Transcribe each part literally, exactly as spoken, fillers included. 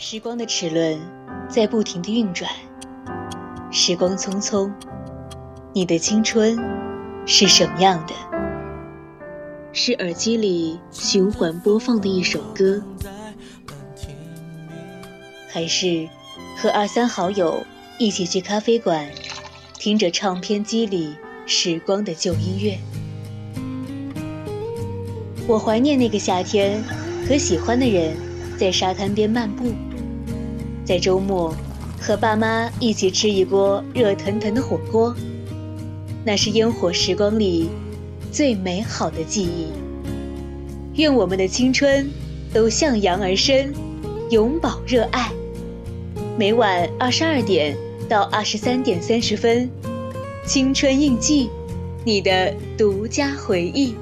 时光的齿轮在不停地运转，时光匆匆，你的青春是什么样的？是耳机里循环播放的一首歌，还是和二三好友一起去咖啡馆，听着唱片机里时光的旧音乐？我怀念那个夏天，和喜欢的人在沙滩边漫步，在周末和爸妈一起吃一锅热腾腾的火锅，那是烟火时光里最美好的记忆。愿我们的青春都向阳而生，永葆热爱。每晚二十二点到二十三点三十分，青春印记，你的独家回忆。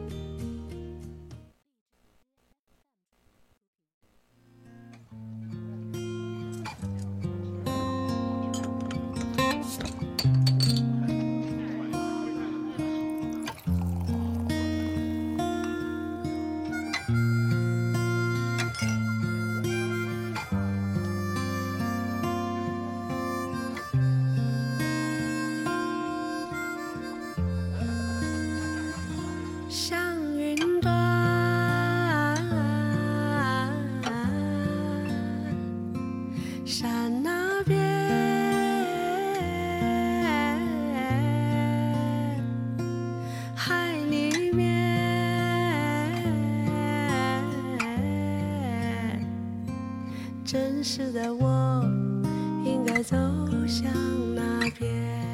真实的我应该走向哪边？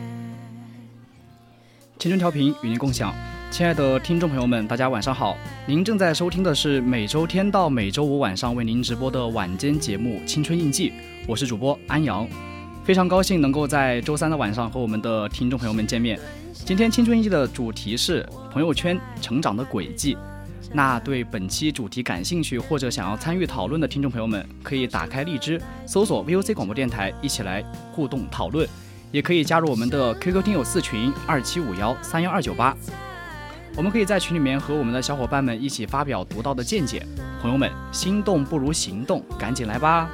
青春调频与您共享，亲爱的听众朋友们，大家晚上好！您正在收听的是每周天到每周五晚上为您直播的晚间节目《青春印记》，我是主播安阳，非常高兴能够在周三的晚上和我们的听众朋友们见面。今天《青春印记》的主题是朋友圈成长的轨迹。那对本期主题感兴趣或者想要参与讨论的听众朋友们，可以打开荔枝搜索 V O C 广播电台，一起来互动讨论，也可以加入我们的 Q Q 听友四群二七五幺三幺二九八，我们可以在群里面和我们的小伙伴们一起发表独到的见解。朋友们，心动不如行动，赶紧来吧！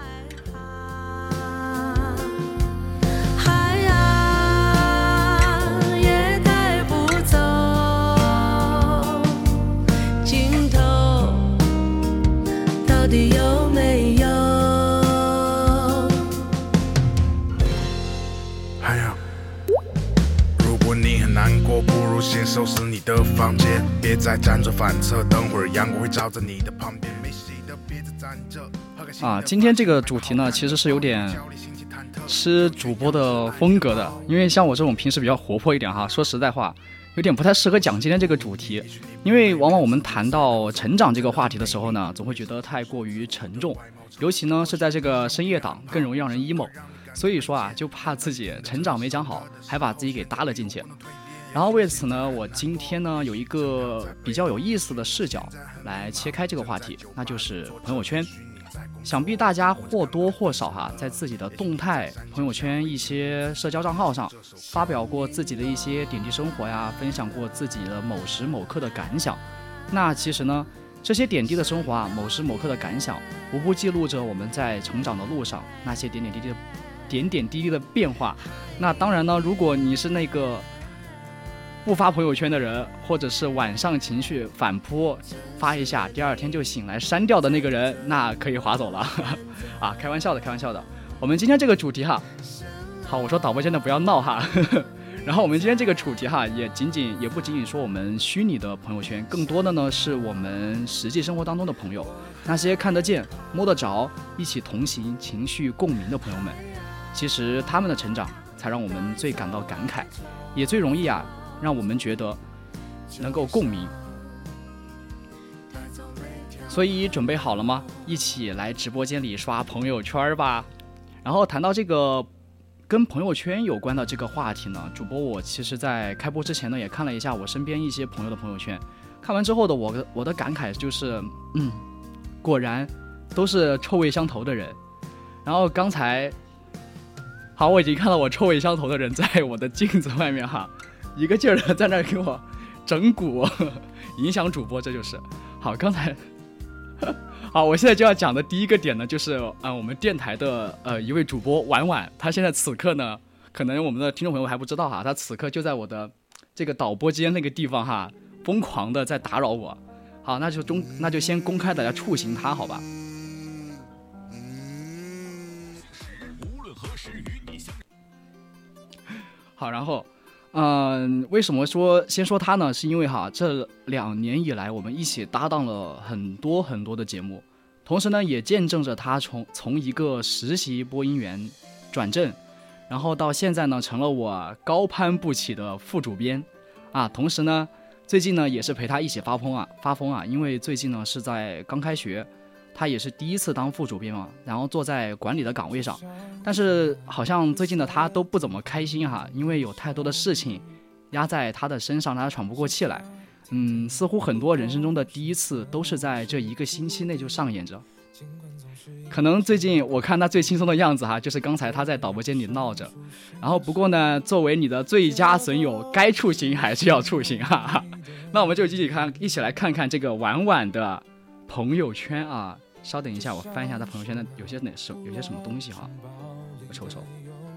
到底有没有？ 哎呀，如果你很难过，不如先收拾你的房间，别再辗转反侧，等会儿阳光会照在你的旁边。没洗的别再站着。 啊，今天这个主题呢，其实是有点吃主播的风格的，因为像我这种平时比较活泼一点哈，说实在话，有点不太适合讲今天这个主题，因为往往我们谈到成长这个话题的时候呢，总会觉得太过于沉重，尤其呢是在这个深夜档更容易让人 emo， 所以说啊，就怕自己成长没讲好，还把自己给搭了进去。然后为此呢，我今天呢有一个比较有意思的视角来切开这个话题，那就是朋友圈。想必大家或多或少哈，在自己的动态朋友圈一些社交账号上发表过自己的一些点滴生活呀，分享过自己的某时某刻的感想。那其实呢，这些点滴的生活啊，某时某刻的感想，无不记录着我们在成长的路上那些点点滴滴的点点滴滴的变化。那当然呢，如果你是那个不发朋友圈的人，或者是晚上情绪反扑发一下第二天就醒来删掉的那个人，那可以划走了啊，开玩笑的开玩笑的。我们今天这个主题哈，好，我说导播真的不要闹哈然后我们今天这个主题哈，也仅仅也不仅仅说我们虚拟的朋友圈，更多的呢是我们实际生活当中的朋友，那些看得见摸得着一起同行情绪共鸣的朋友们，其实他们的成长才让我们最感到感慨，也最容易啊让我们觉得能够共鸣。所以准备好了吗？一起来直播间里刷朋友圈吧。然后谈到这个跟朋友圈有关的这个话题呢，主播我其实在开播之前呢，也看了一下我身边一些朋友的朋友圈，看完之后的我的我的感慨就是，嗯，果然都是臭味相投的人。然后刚才，好，我已经看到我臭味相投的人在我的镜子外面哈，一个劲儿的在那给我整蛊，影响主播，这就是好。刚才好，我现在就要讲的第一个点呢，就是呃，我们电台的呃一位主播婉婉，他现在此刻呢，可能我们的听众朋友还不知道哈，他此刻就在我的这个导播间那个地方哈，疯狂的在打扰我。好，那就中那就先公开的来处刑他，好吧？好，然后，嗯、呃，为什么说先说他呢？是因为哈，这两年以来我们一起搭档了很多很多的节目，同时呢，也见证着他从从一个实习播音员转正，然后到现在呢，成了我高攀不起的副主编啊。同时呢，最近呢也是陪他一起发疯啊发疯啊，因为最近呢是在刚开学。他也是第一次当副主编嘛，然后坐在管理的岗位上，但是好像最近的他都不怎么开心哈，因为有太多的事情压在他的身上，让他喘不过气来。嗯，似乎很多人生中的第一次都是在这一个星期内就上演着。可能最近我看他最轻松的样子哈，就是刚才他在导播间里闹着。然后不过呢，作为你的最佳损友，该处刑还是要处刑哈哈。那我们就一起看，一起来看看这个婉婉的朋友圈啊。稍等一下，我翻一下他朋友圈的有些哪什有些什么东西哈，我瞅瞅。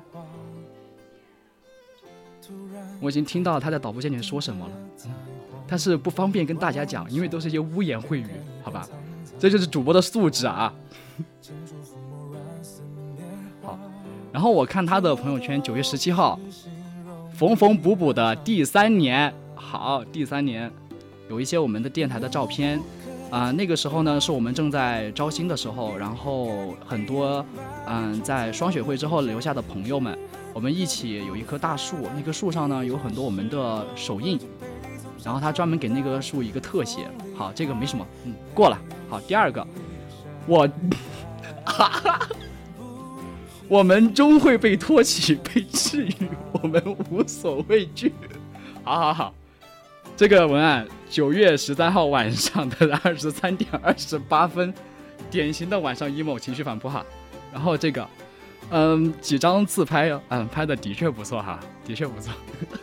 我已经听到他在导播间里说什么了，嗯，但是不方便跟大家讲，因为都是一些污言秽语，好吧？这就是主播的素质啊。好，然后我看他的朋友圈，九月十七号，缝缝补补的第三年，好，第三年，有一些我们的电台的照片。啊、呃，那个时候呢，是我们正在招新的时候，然后很多，嗯、呃，在双学会之后留下的朋友们，我们一起有一棵大树，那棵树上呢有很多我们的手印，然后他专门给那棵树一个特写。好，这个没什么，嗯，过了。好，第二个，我，哈哈，我们终会被托起，被治愈，我们无所畏惧。好好好。这个文案九月十三号晚上的二十三点二十八分，典型的晚上 emo 情绪反扑哈。然后这个，嗯，几张自拍，嗯，拍的的确不错哈，的确不错。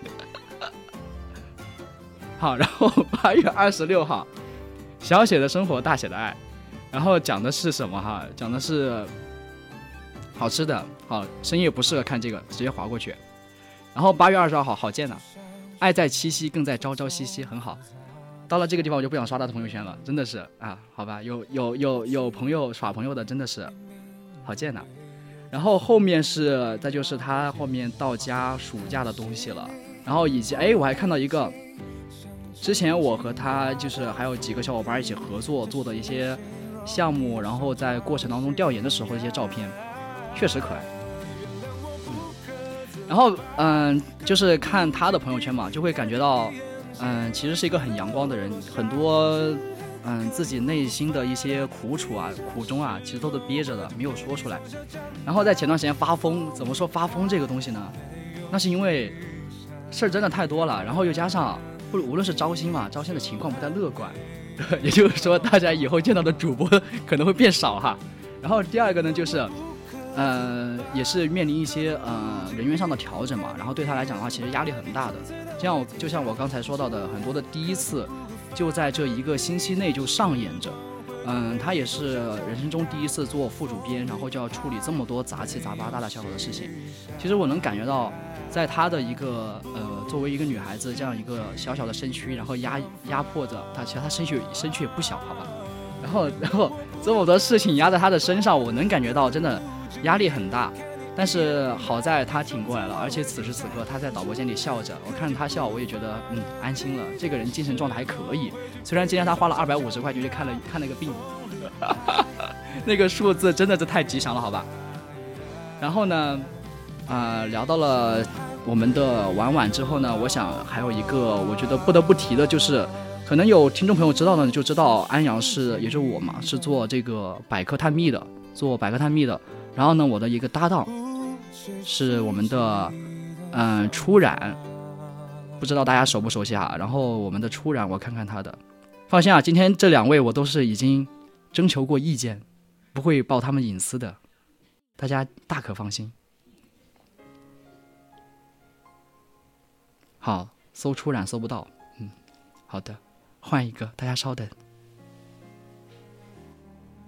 好，然后八月二十六号，小写的生活，大写的爱。然后讲的是什么哈？讲的是好吃的。好，深夜不适合看这个，直接划过去。然后八月二十二号，好见呐。爱在七夕，更在朝朝夕夕，很好。到了这个地方，我就不想刷他的朋友圈了，真的是啊，好吧，有有有有朋友耍朋友的，真的是好贱呐。然后后面是，再就是他后面到家暑假的东西了，然后以及哎，我还看到一个，之前我和他就是还有几个小伙伴一起合作做的一些项目，然后在过程当中调研的时候的一些照片，确实可爱。然后嗯，就是看他的朋友圈嘛，就会感觉到，嗯，其实是一个很阳光的人，很多嗯自己内心的一些苦楚啊、苦衷啊，其实都是憋着的，没有说出来。然后在前段时间发疯，怎么说发疯这个东西呢？那是因为事儿真的太多了，然后又加上不无论是招新嘛，招新的情况不太乐观，也就是说大家以后见到的主播可能会变少哈。然后第二个呢就是。呃，也是面临一些呃人员上的调整嘛，然后对他来讲的话，其实压力很大的。像我就像我刚才说到的，很多的第一次就在这一个星期内就上演着。嗯，他也是人生中第一次做副主编，然后就要处理这么多杂七杂八、大大小小的事情。其实我能感觉到，在他的一个呃，作为一个女孩子这样一个小小的身躯，然后压压迫着她，其实她身躯身躯也不小，好吧？然后然后这么多事情压在她的身上，我能感觉到真的。压力很大，但是好在他挺过来了，而且此时此刻他在导播间里笑着，我看着他笑，我也觉得嗯安心了。这个人精神状态还可以，虽然今天他花了二百五十块就去看了看了个病，那个数字真的是太吉祥了，好吧？然后呢，啊、呃，聊到了我们的婉婉之后呢，我想还有一个我觉得不得不提的就是，可能有听众朋友知道呢，就知道安阳是，也就是我嘛，是做这个百科探秘的，做百科探秘的。然后呢，我的一个搭档是我们的嗯、呃、初染，不知道大家熟不熟悉啊？然后我们的初染，我看看他的，放心啊，今天这两位我都是已经征求过意见，不会爆他们隐私的，大家大可放心。好，搜初染搜不到，嗯，好的，换一个，大家稍等。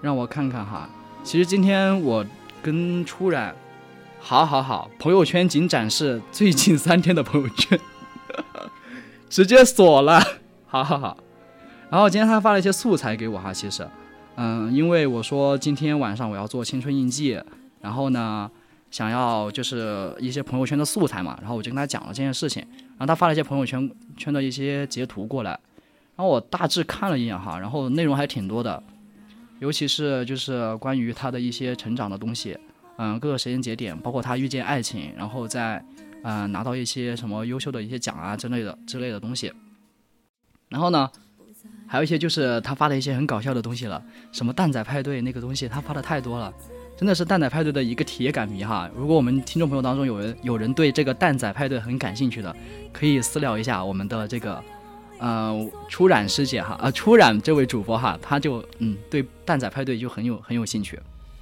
让我看看哈。其实今天我跟初染，好好好，朋友圈仅展示最近三天的朋友圈，直接锁了，好好好。然后今天他发了一些素材给我哈，其实，嗯，因为我说今天晚上我要做青春印记，然后呢，想要就是一些朋友圈的素材嘛，然后我就跟他讲了这件事情，然后他发了一些朋友圈圈的一些截图过来，然后我大致看了一眼哈，然后内容还挺多的，尤其是就是关于他的一些成长的东西，嗯，各个时间节点，包括他遇见爱情，然后再嗯拿到一些什么优秀的一些奖啊之类的之类的东西，然后呢。还有一些就是他发的一些很搞笑的东西了，什么蛋仔派对那个东西他发的太多了，真的是蛋仔派对的一个铁杆迷哈。如果我们听众朋友当中有人有人对这个蛋仔派对很感兴趣的，可以私聊一下我们的这个呃初染师姐哈，啊、呃、初染这位主播哈，他就嗯对蛋仔派对就很有很有兴趣。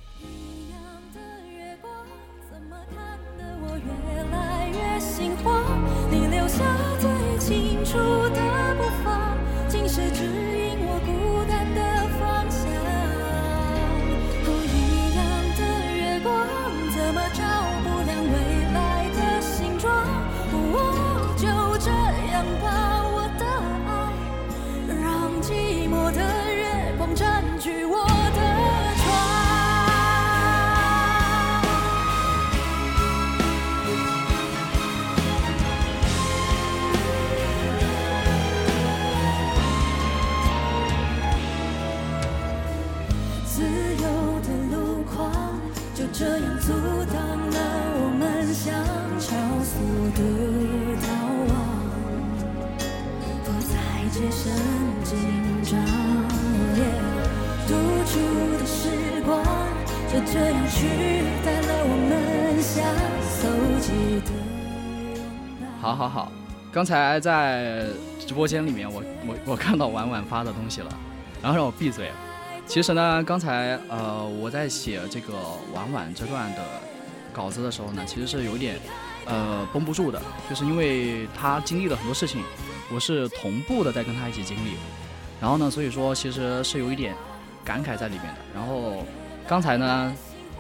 你留下最清楚的步伐，竟是指引我孤单的方向。不一样的月光，怎么照不亮未来的形状？我就这样把我的爱，让寂寞的月光占据我的床。这样阻挡了我们向超速的逃亡，躲在街身紧张，独处的时光就这样取代了我们想搜集的拥抱。 好好好，刚才在直播间里面我我我看到婉婉发的东西了，然后让我闭嘴。其实呢，刚才呃我在写这个婉婉这段的稿子的时候呢，其实是有点呃绷不住的，就是因为他经历了很多事情，我是同步的在跟他一起经历，然后呢，所以说其实是有一点感慨在里面的。然后刚才呢，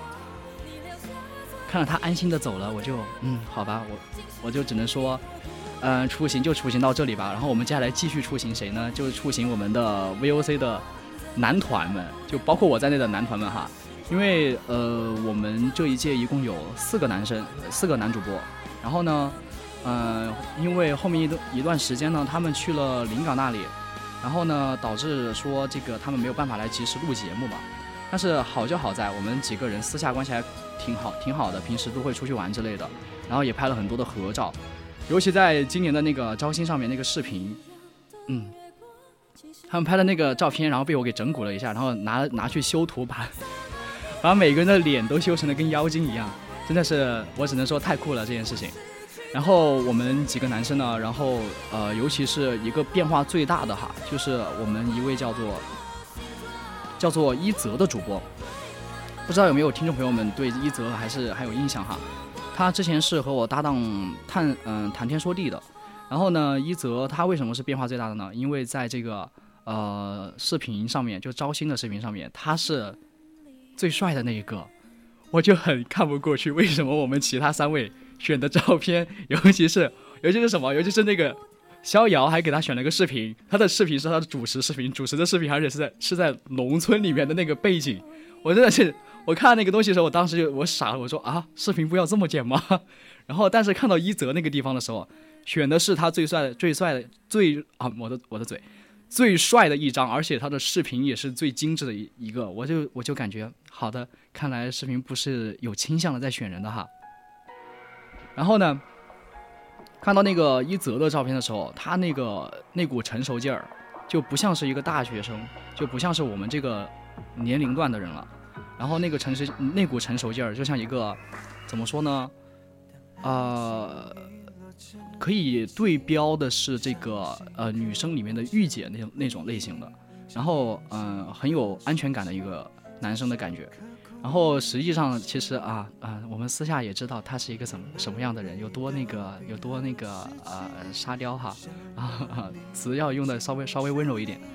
看到他安心的走了，我就嗯好吧，我我就只能说，嗯、呃、出行就出行到这里吧。然后我们接下来继续出行谁呢？就是出行我们的 V O C 的男团们，就包括我在内的男团们哈，因为呃我们这一届一共有四个男生，四个男主播，然后呢，呃因为后面一段一段时间呢，他们去了临港那里，然后呢导致说这个他们没有办法来及时录节目嘛，但是好就好在我们几个人私下关系还挺好挺好的，平时都会出去玩之类的，然后也拍了很多的合照，尤其在今年的那个招新上面那个视频，嗯。他们拍的那个照片，然后被我给整蛊了一下，然后拿拿去修图，把把每个人的脸都修成了跟妖精一样，真的是我只能说太酷了这件事情。然后我们几个男生呢，然后呃，尤其是一个变化最大的哈，就是我们一位叫做叫做一泽的主播，不知道有没有听众朋友们对一泽还是还有印象哈？他之前是和我搭档谈嗯谈天说地的。然后呢，一泽他为什么是变化最大的呢？因为在这个呃视频上面，就招新的视频上面，他是最帅的那一个，我就很看不过去，为什么我们其他三位选的照片，尤其是尤其是什么，尤其是那个逍遥还给他选了个视频，他的视频是他的主持视频，主持的视频，而且是在是在农村里面的那个背景，我真的是我看那个东西的时候，我当时就我傻了，我说啊，视频不要这么剪吗？然后但是看到一泽那个地方的时候。选的是他最帅的、最帅的、最啊，我的我的嘴，最帅的一张，而且他的视频也是最精致的一一个，我就我就感觉好的，看来视频部是有倾向的在选人的哈。然后呢，看到那个一泽的照片的时候，他那个那股成熟劲儿，就不像是一个大学生，就不像是我们这个年龄段的人了。然后那个成熟那股成熟劲儿，就像一个怎么说呢？呃。可以对标的是这个呃女生里面的御姐那种那种类型的，然后嗯、呃、很有安全感的一个男生的感觉，然后实际上其实啊啊、呃、我们私下也知道他是一个什么什么样的人，有多那个有多那个呃沙雕哈啊词要用的稍微稍微温柔一点，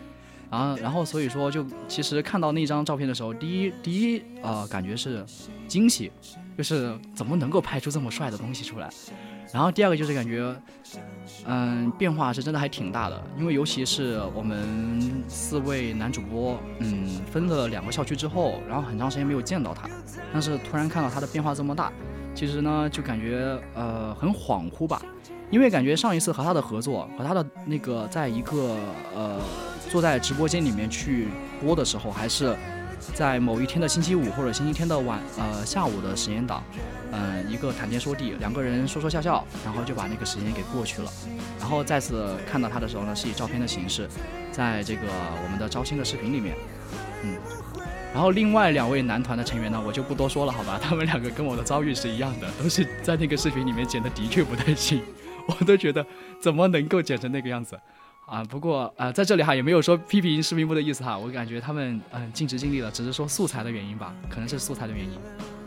然后然后所以说就其实看到那张照片的时候，第一第一呃感觉是惊喜，就是怎么能够拍出这么帅的东西出来。然后第二个就是感觉嗯变化是真的还挺大的，因为尤其是我们四位男主播嗯分了两个校区之后，然后很长时间没有见到他，但是突然看到他的变化这么大，其实呢就感觉呃很恍惚吧。因为感觉上一次和他的合作，和他的那个在一个呃坐在直播间里面去播的时候，还是在某一天的星期五或者星期天的晚呃下午的时间档，嗯、呃、一个谈天说地，两个人说说笑笑，然后就把那个时间给过去了。然后再次看到他的时候呢，是以照片的形式，在这个我们的招新的视频里面，嗯。然后另外两位男团的成员呢，我就不多说了，好吧？他们两个跟我的遭遇是一样的，都是在那个视频里面剪的的确不太行。我都觉得怎么能够剪成那个样子啊！不过啊、呃，在这里哈也没有说批评视频部的意思哈，我感觉他们嗯、呃、尽职尽力了，只是说素材的原因吧，可能是素材的原因。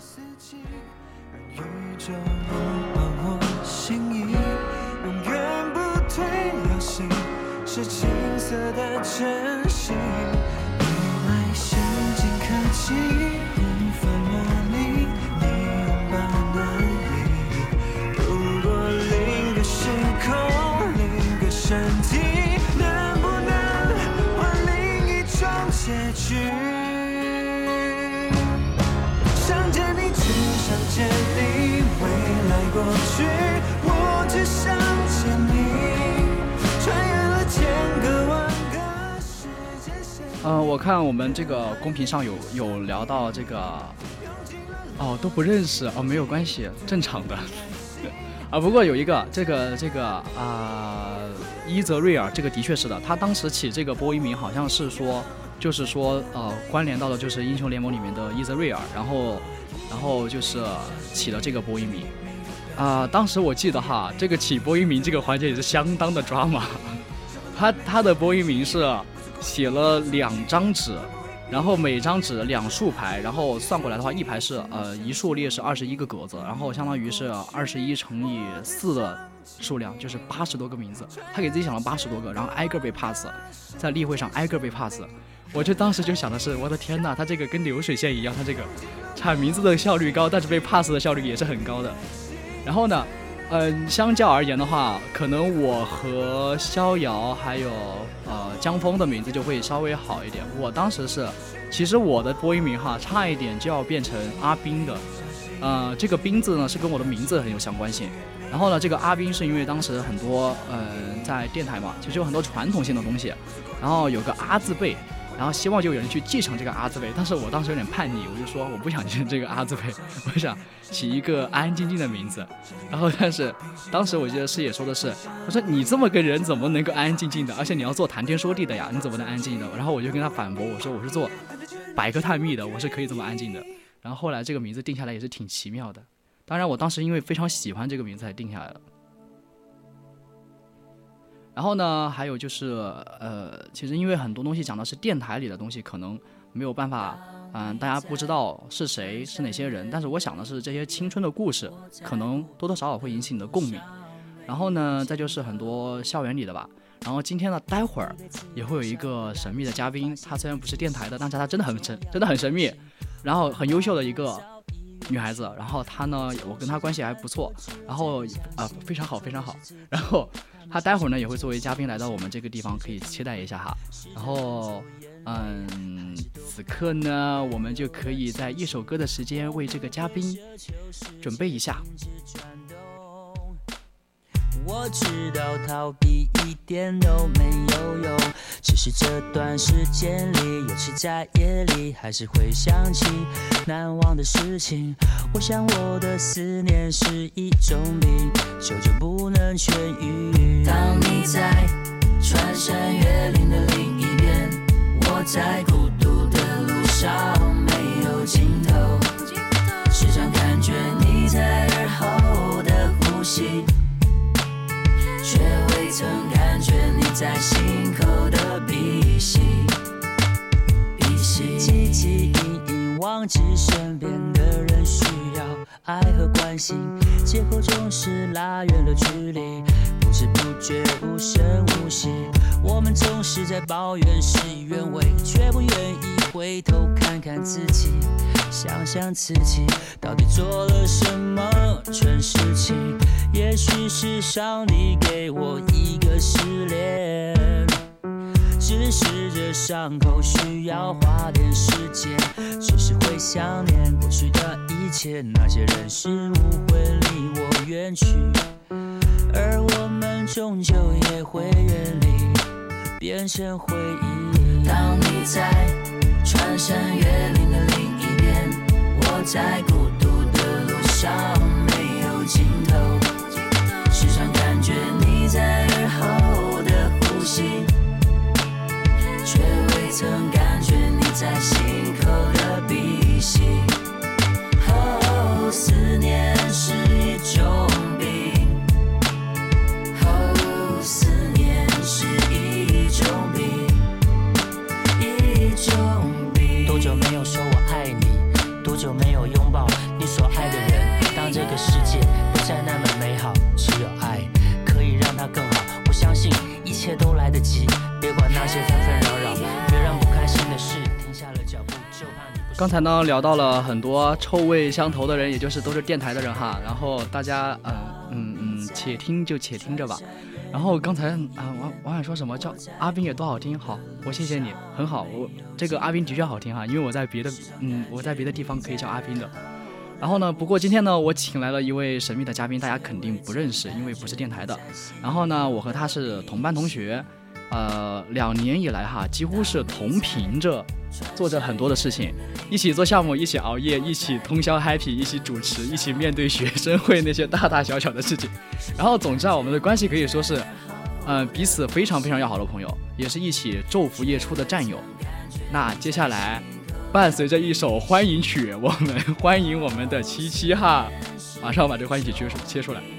是青色的真心，你来心境可期，无法模拟你拥抱暖意。如果另个时空，另个身体，能不能换另一种结局？想见你，只想见你，未来过去，我只想见你。嗯、呃，我看我们这个公屏上有有聊到这个，哦都不认识哦，没有关系，正常的啊。不过有一个这个这个啊、呃，伊泽瑞尔这个的确是的，他当时起这个播音名好像是说，就是说呃关联到的就是英雄联盟里面的伊泽瑞尔，然后然后就是起了这个播音名啊、呃。当时我记得哈，这个起播音名这个环节也是相当的抓马。他他的播音名是写了两张纸，然后每张纸两竖排，然后算过来的话，一排是呃一竖列是二十一个格子，然后相当于是二十一乘以四的数量，就是八十多个名字。他给自己想了八十多个，然后挨个被 pass， 在例会上挨个被 pass。我就当时就想的是，我的天哪，他这个跟流水线一样，他这个产名字的效率高，但是被 pass 的效率也是很高的。然后呢？嗯，相较而言的话，可能我和逍遥还有呃江峰的名字就会稍微好一点。我当时是，其实我的播音名哈，差一点就要变成阿斌的，呃，这个斌字呢是跟我的名字很有相关性。然后呢，这个阿斌是因为当时很多呃在电台嘛，其实有很多传统性的东西，然后有个阿字辈。然后希望就有人去继承这个阿字辈，但是我当时有点叛逆，我就说我不想继承这个阿字辈，我想起一个安安静静的名字。然后但是当时我记得师爷说的是，我说你这么个人怎么能够安安静静的，而且你要做谈天说地的呀，你怎么能安安静静的？然后我就跟他反驳，我说我是做百科探秘的，我是可以这么安静的。然后后来这个名字定下来也是挺奇妙的，当然我当时因为非常喜欢这个名字才定下来了。然后呢，还有就是，呃，其实因为很多东西讲的是电台里的东西，可能没有办法，嗯、呃，大家不知道是谁是哪些人。但是我想的是，这些青春的故事，可能多多少少会引起你的共鸣。然后呢，再就是很多校园里的吧。然后今天呢，待会儿也会有一个神秘的嘉宾，他虽然不是电台的，但是他真的很神，真的很神秘，然后很优秀的一个女孩子。然后她呢，我跟她关系还不错，然后啊、呃、非常好，非常好。然后。他待会儿呢也会作为嘉宾来到我们这个地方，可以期待一下哈。然后，嗯，此刻呢，我们就可以在一首歌的时间为这个嘉宾准备一下。我知道逃避一点都没有用，只是这段时间里，尤其在夜里，还是会想起难忘的事情。我想我的思念是一种病，久久不能痊愈。当你在穿山越岭的另一边，我在孤独的路上没有尽头，时常感觉你在耳后的呼吸，却未曾感觉你在心口的鼻息，鼻息。汲汲营营忘记身边的人需要爱和关心，借口总是拉远了距离，不知不觉无声无息。我们总是在抱怨事与愿违，却不愿意回头看看自己，想想自己到底做了什么蠢事情。也许是上帝给我一个失恋，只是这伤口需要花点时间，只是会想念过去的一切，那些人事物会离我远去，而我们终究也会远离，变成回忆。当你在穿山越岭的另一边，我在孤独的路上没有尽头，时常感觉你在耳后的呼吸，却未曾感觉你在心口的鼻息。哦，思念是一种病，哦，思念是一种病，一种病。多久没有说我爱你？多久没有拥抱你所爱的人？当这个世界不再那么美好，只有爱可以让它更好。我相信一切都来得及，别管那些纷纷扰扰，别让不开心的事停下了脚步，就怕你不。 刚才呢聊到了很多臭味相投的人，也就是都是电台的人哈，然后大家嗯嗯嗯，且听就且听着吧。然后刚才啊、呃、王王想说什么叫阿斌也多好听，好，我谢谢你，很好，我这个阿斌的确好听哈，因为我在别的嗯我在别的地方可以叫阿斌的。然后呢，不过今天呢，我请来了一位神秘的嘉宾，大家肯定不认识，因为不是电台的。然后呢，我和他是同班同学，呃，两年以来哈，几乎是同频着做着很多的事情，一起做项目，一起熬夜，一起通宵 happy， 一起主持，一起面对学生会那些大大小小的事情。然后总之啊，我们的关系可以说是，呃，彼此非常非常要好的朋友，也是一起昼伏夜出的战友。那接下来，伴随着一首欢迎曲，我们欢迎我们的七七哈，马上把这个欢迎曲切出切出来。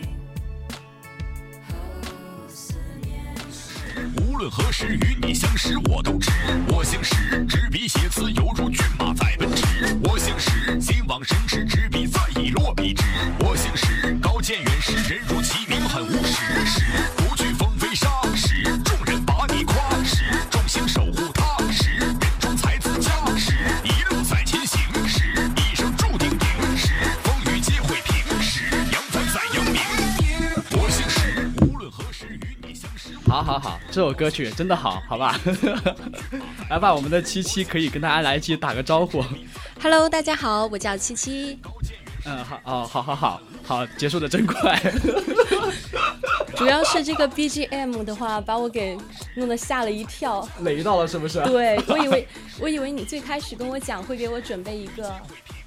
无论何时与你相识，我都知我姓石，执笔写词犹如骏马在奔驰。我姓石，心往深池，执笔再以落笔直。我姓石，高见远识，人如其名很务实。石，不惧风飞沙。石，众人把你夸。石，众星守护他。石，人中才子佳。石，一路在前行。石，一生注定赢。石，风雨皆会平。石，扬帆在扬名。我姓石，无论何时与你相识。 好好好，这首歌曲真的好，好吧？来吧，我们的七七可以跟大家来一起打个招呼。 Hello， 大家好，我叫七七。 嗯，好，哦，好好好好，结束的真快。 主要是这个 B G M 的话，把我给弄得吓了一跳， 雷到了是不是？ 对，我以为我以为你最开始跟我讲会给我准备一个，啊，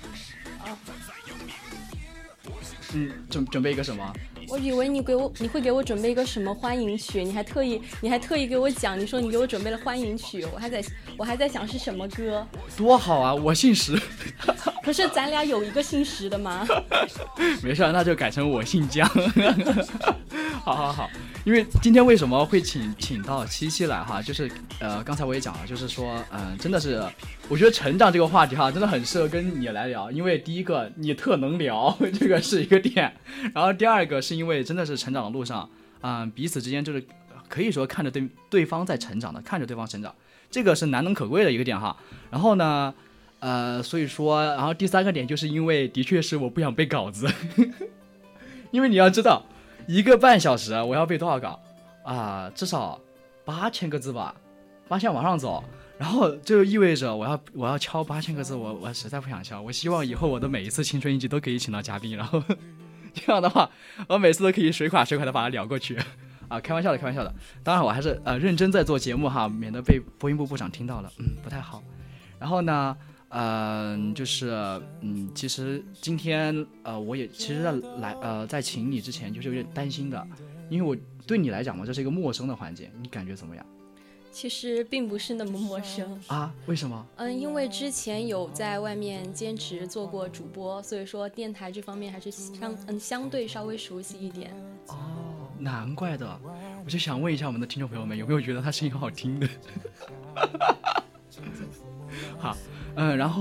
嗯，准准备一个什么？ 我以为你给我你会给我准备一个什么欢迎曲，你还特意你还特意给我讲，你说你给我准备了欢迎曲，我还在我还在想是什么歌。 多好啊，我姓石。 可是咱俩有一个姓石的吗？ 没事，那就改成我姓姜。好好好，因为今天为什么会请请到七七来哈，就是呃刚才我也讲了，就是说嗯、呃、真的是我觉得成长这个话题哈真的很适合跟你来聊，因为第一个你特能聊，这个是一个点，然后第二个是因为真的是成长的路上嗯、呃、彼此之间就是可以说看着对对方在成长的，看着对方成长，这个是难能可贵的一个点哈。然后呢呃所以说然后第三个点就是因为的确是我不想背稿子。因为你要知道一个半小时我要背多少稿啊、呃？至少八千个字吧，八千往上走，然后就意味着我要我要敲八千个字，我我实在不想敲。我希望以后我的每一次青春一集都可以请到嘉宾，然后这样的话，我每次都可以水垮水垮的把它聊过去啊，开玩笑的，开玩笑的。当然我还是呃认真在做节目哈，免得被播音部部长听到了，嗯，不太好。然后呢？嗯、呃，就是嗯，其实今天呃，我也其实在来呃，在请你之前就是有点担心的，因为我对你来讲嘛，这是一个陌生的环境，你感觉怎么样？ 其实并不是那么陌生啊？为什么？ 嗯，因为之前有在外面兼职做过主播，所以说电台这方面还是相嗯相对稍微熟悉一点。 哦，难怪的，我就想问一下我们的听众朋友们，有没有觉得他声音很好听的？好。嗯，然后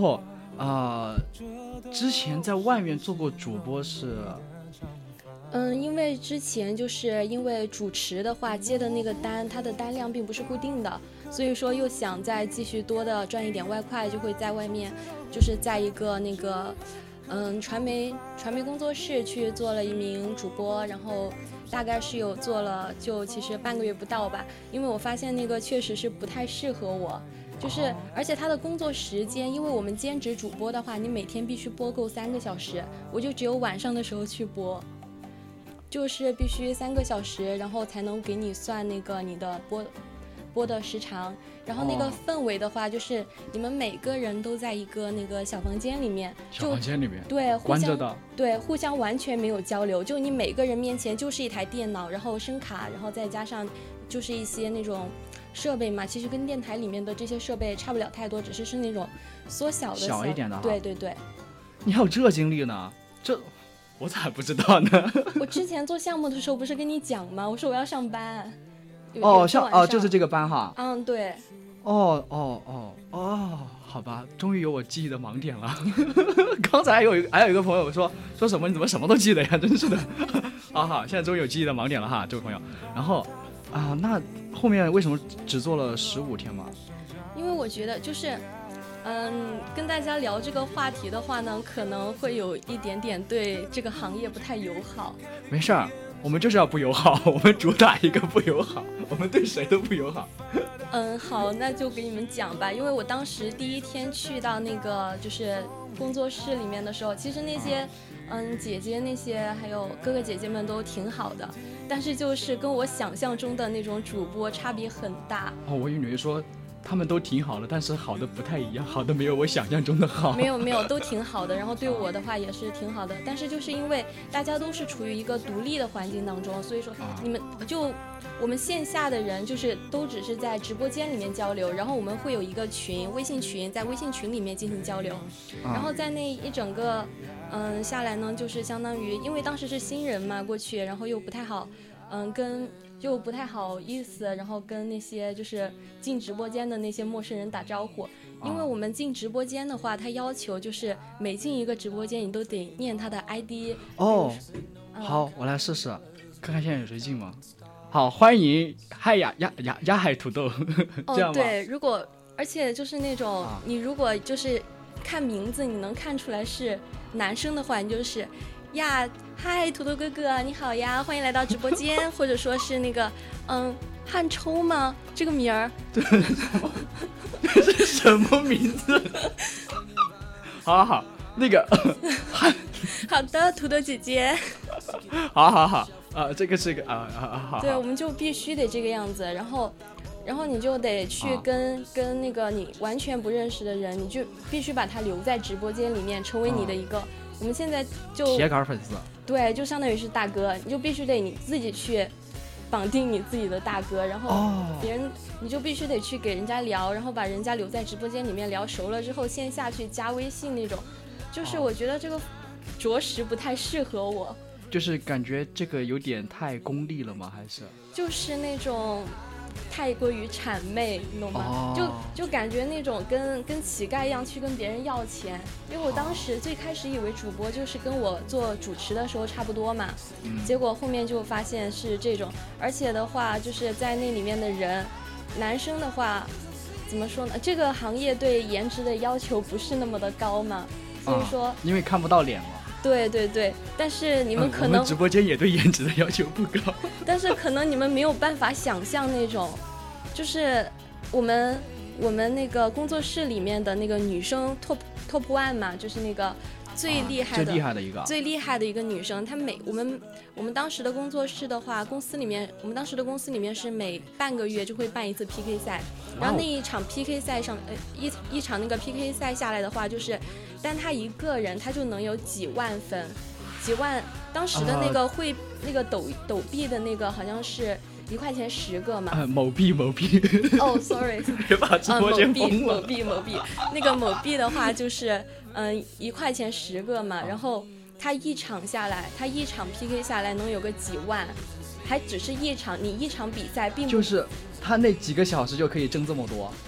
啊、呃，之前在外面做过主播是？ 嗯，因为之前就是因为主持的话接的那个单，它的单量并不是固定的，所以说又想再继续多的赚一点外快，就会在外面，就是在一个那个，嗯，传媒传媒工作室去做了一名主播，然后大概是有做了就其实半个月不到吧，因为我发现那个确实是不太适合我。就是，而且他的工作时间，因为我们兼职主播的话，你每天必须播够三个小时，我就只有晚上的时候去播，就是必须三个小时，然后才能给你算那个你的播播的时长。然后那个氛围的话，就是你们每个人都在一个那个小房间里面， 小房间里面， 对， 关着的， 对，互相完全没有交流，就你每个人面前就是一台电脑，然后声卡，然后再加上就是一些那种设备嘛，其实跟电台里面的这些设备差不了太多，只是是那种缩小的小、 小一点的。 对对对。 你还有这经历呢？这我咋不知道呢？ 我之前做项目的时候不是跟你讲吗？我说我要上班。 哦，像哦，就是这个班哈。 嗯，对。 哦哦哦哦，好吧，终于有我记忆的盲点了。刚才还有一个还有一个朋友说说什么你怎么什么都记得呀？真是的。好好，现在终于有记忆的盲点了哈，这位朋友。然后啊，那后面为什么只做了十五天嘛？ 因为我觉得就是，嗯，跟大家聊这个话题的话呢，可能会有一点点对这个行业不太友好。 没事儿，我们就是要不友好，我们主打一个不友好，我们对谁都不友好。 嗯，好，那就给你们讲吧。因为我当时第一天去到那个就是工作室里面的时候，其实那些嗯姐姐那些还有哥哥姐姐们都挺好的，但是就是跟我想象中的那种主播差别很大。 哦，我以为说他们都挺好的，但是好的不太一样，好的没有我想象中的好。 没有没有，都挺好的，然后对我的话也是挺好的，但是就是因为大家都是处于一个独立的环境当中，所以说你们就我们线下的人就是都只是在直播间里面交流，然后我们会有一个群，微信群，在微信群里面进行交流，然后在那一整个嗯下来呢，就是相当于因为当时是新人嘛过去，然后又不太好嗯跟就不太好意思，然后跟那些就是进直播间的那些陌生人打招呼，因为我们进直播间的话，他要求就是每进一个直播间你都得念他的 I D。 哦、嗯、好，我来试试看看现在有谁进吗？好，欢迎嗨呀呀呀呀海土豆。 哦， 这样吗？ 对，如果而且就是那种、啊、你如果就是看名字你能看出来是男生的话，你就是呀嗨土豆哥哥你好呀，欢迎来到直播间。或者说是那个嗯汉抽吗这个名儿？ 这是什么名字？好好好，那个好的土豆姐姐。 好好好啊，这个是个啊啊啊好。 对，我们就必须得这个样子，然后然后你就得去跟、啊、跟那个你完全不认识的人，你就必须把他留在直播间里面，成为你的一个、啊、我们现在就铁杆粉丝。 对，就相当于是大哥，你就必须得你自己去绑定你自己的大哥，然后别人、哦、你就必须得去给人家聊，然后把人家留在直播间里面聊熟了之后，线下去加微信那种，就是我觉得这个着实不太适合我。 就是感觉这个有点太功利了吗？还是就是那种太过于谄媚，你懂吗？ 哦、 就就感觉那种跟跟乞丐一样去跟别人要钱。因为我当时最开始以为主播就是跟我做主持的时候差不多嘛，嗯、结果后面就发现是这种，而且的话就是在那里面的人，男生的话怎么说呢？这个行业对颜值的要求不是那么的高嘛，所以说、 啊、因为看不到脸嘛。 对对对，但是你们可能、嗯、 我们直播间也对颜值的要求不高， 但是可能你们没有办法想象那种，就是我们我们那个工作室里面的那个女生 top top one 嘛，就是那个最厉害的、啊、 最厉害的一个最厉害的一个女生，她每我们我们当时的工作室的话，公司里面我们当时的公司里面是每半个月就会办一次 P K 赛，然后那一场 P K 赛上呃一一场那个 P K 赛下来的话，就是单她一个人她就能有几万分，几万，当时的那个会、uh, 那个抖抖币的那个好像是一块钱十个嘛， 呃、某币某币哦、oh, sorry 别把直播间封了、 呃、某币某币某币那个某币的话就是嗯一块钱十个嘛，然后他一场下来他一场 P K 下来能有个几万，还只是一场，你一场比赛并不就是他那几个小时就可以挣这么多。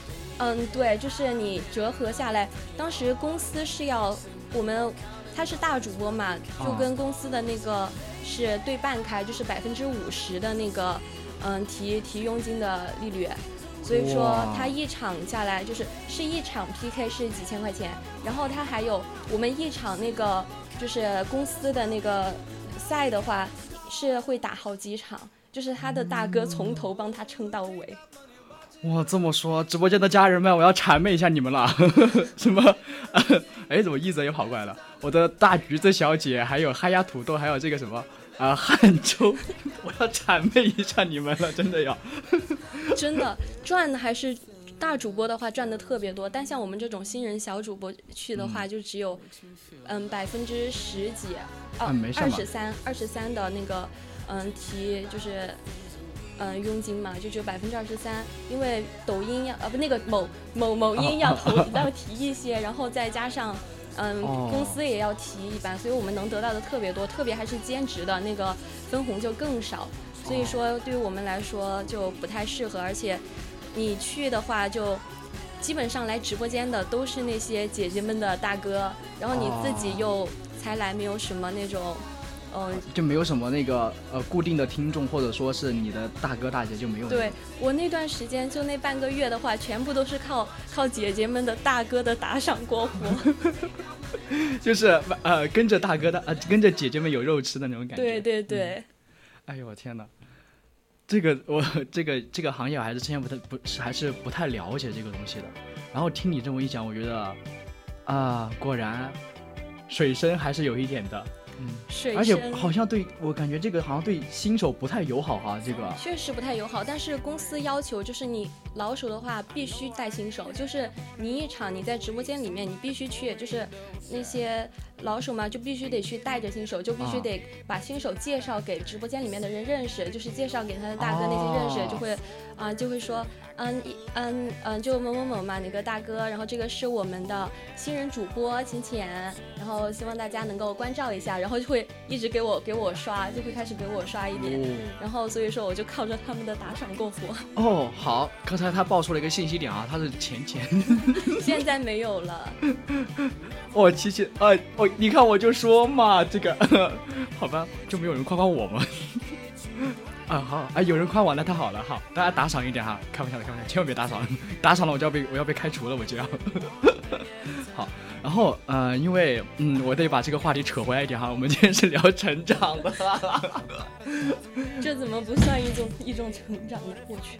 嗯，对，就是你折合下来，当时公司是要我们，他是大主播嘛，就跟公司的那个是对半开，就是百分之五十的那个嗯提提佣金的利率。所以说他一场下来就是是一场 P K 是几千块钱，然后他还有我们一场那个就是公司的那个赛的话是会打好几场，就是他的大哥从头帮他撑到尾。 哇，这么说，直播间的家人们，我要谄媚一下你们了。什么？哎，怎么一泽也跑过来了？我的大橘子小姐，还有嗨呀土豆，还有这个什么啊、呃、汉州，我要谄媚一下你们了，真的要。 真的赚的还是大主播的话赚的特别多，但像我们这种新人小主播去的话，就只有嗯百分之十几，哦二十三二十三的那个嗯提就是嗯佣金嘛，就只有百分之二十三，因为抖音要呃不那个某某某音要投要提一些，然后再加上。嗯，公司也要提一般，所以我们能得到的特别多，特别还是兼职的那个分红就更少，所以说对于我们来说就不太适合，而且你去的话就基本上来直播间的都是那些姐姐们的大哥，然后你自己又才来，没有什么那种嗯、呃， 就没有什么那个呃固定的听众，或者说是你的大哥大姐就没有。 对，我那段时间就那半个月的话，全部都是靠靠姐姐们的大哥的打赏过活。 就是呃跟着大哥的呃跟着姐姐们有肉吃的那种感觉。 对对对。 嗯、哎呦我天哪！这个我这个这个行业还是之前不太不还是不太了解这个东西的。然后听你这么一讲，我觉得啊、呃、果然水深还是有一点的。嗯，而且好像对我感觉这个好像对新手不太友好哈、啊，这个确实不太友好。但是公司要求就是你老手的话必须带新手，就是你一场你在直播间里面你必须去，就是那些老手嘛就必须得去带着新手，就必须得把新手介绍给直播间里面的人认识，就是介绍给他的大哥那些认识，哦、就会啊、呃、就会说嗯嗯嗯就某某某嘛哪个大哥，然后这个是我们的新人主播浅浅，然后希望大家能够关照一下。然后就会一直给我给我刷，就会开始给我刷一点、哦、然后所以说我就靠着他们的打赏过活。 哦，好，刚才他爆出了一个信息点啊，他是浅浅现在没有了。 哦，琪琪啊，哦，你看我就说嘛，这个好吧，就没有人夸夸我吗？啊好，哎，有人夸我，那太好了，好，大家打赏一点哈，开玩笑的，开玩笑，千万别打赏，打赏了我就要被我要被开除了，我就要。好，然后呃，因为嗯，我得把这个话题扯回来一点哈，我们今天是聊成长的。 这怎么不算一种一种成长呢？我去。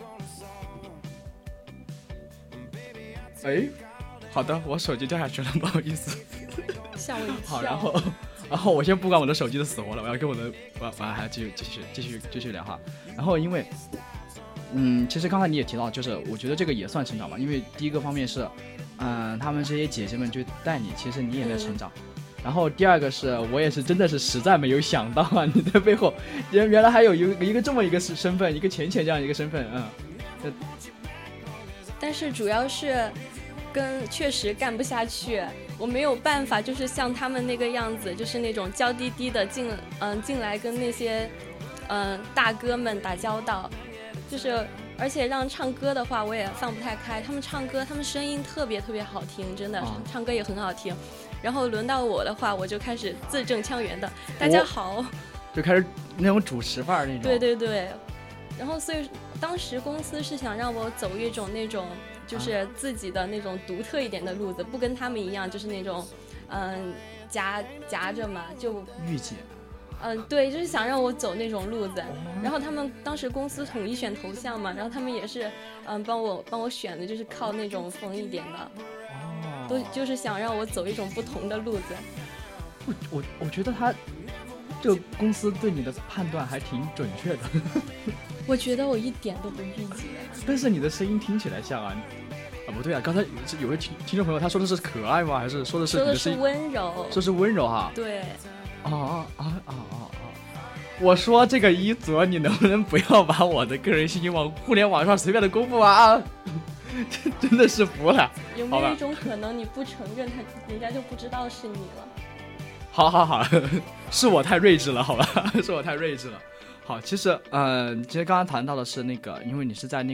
哎，好的，我手机掉下去了，不好意思。 吓我一跳。 好，然后。然后我先不管我的手机的死活了，我要跟我的我我还要继续继续继续继续聊哈。然后因为，嗯，其实刚才你也提到，就是我觉得这个也算成长吧，因为第一个方面是，嗯，他们这些姐姐们就带你，其实你也在成长。嗯、然后第二个是我也是真的是实在没有想到啊，你在背后原原来还有一个一个这么一个身份，一个浅浅这样一个身份，嗯。 但是主要是。跟确实干不下去，我没有办法，就是像他们那个样子，就是那种娇滴滴的进，嗯，进来跟那些，嗯，大哥们打交道，就是而且让唱歌的话，我也放不太开。他们唱歌，他们声音特别特别好听，真的，哦、唱歌也很好听。然后轮到我的话，我就开始字正腔圆的，大家好，哦、 就开始那种主持范儿那种。 对对对，然后所以当时公司是想让我走一种那种。就是自己的那种独特一点的路子，不跟他们一样，就是那种，嗯，夹夹着嘛，就御姐， 嗯，对，就是想让我走那种路子。然后他们当时公司统一选头像嘛，然后他们也是，嗯，帮我帮我选的，就是靠那种疯一点的，哦，都就是想让我走一种不同的路子。 我我我觉得他这个公司对你的判断还挺准确的。 我觉得我一点都不御姐， 但是你的声音听起来像啊，啊不对啊，刚才有位听听众朋友他说的是可爱吗？还是说的是你的声音？ 说的是温柔， 说是温柔哈。 对。 啊啊啊啊啊！我说这个一泽，你能不能不要把我的个人信息往互联网上随便的公布啊？真的是服了。 有没有一种可能，你不承认他，人家就不知道是你了？ 好好好，是我太睿智了，好吧？是我太睿智了。好，其实呃，其实刚刚谈到的是那个，因为你是在那个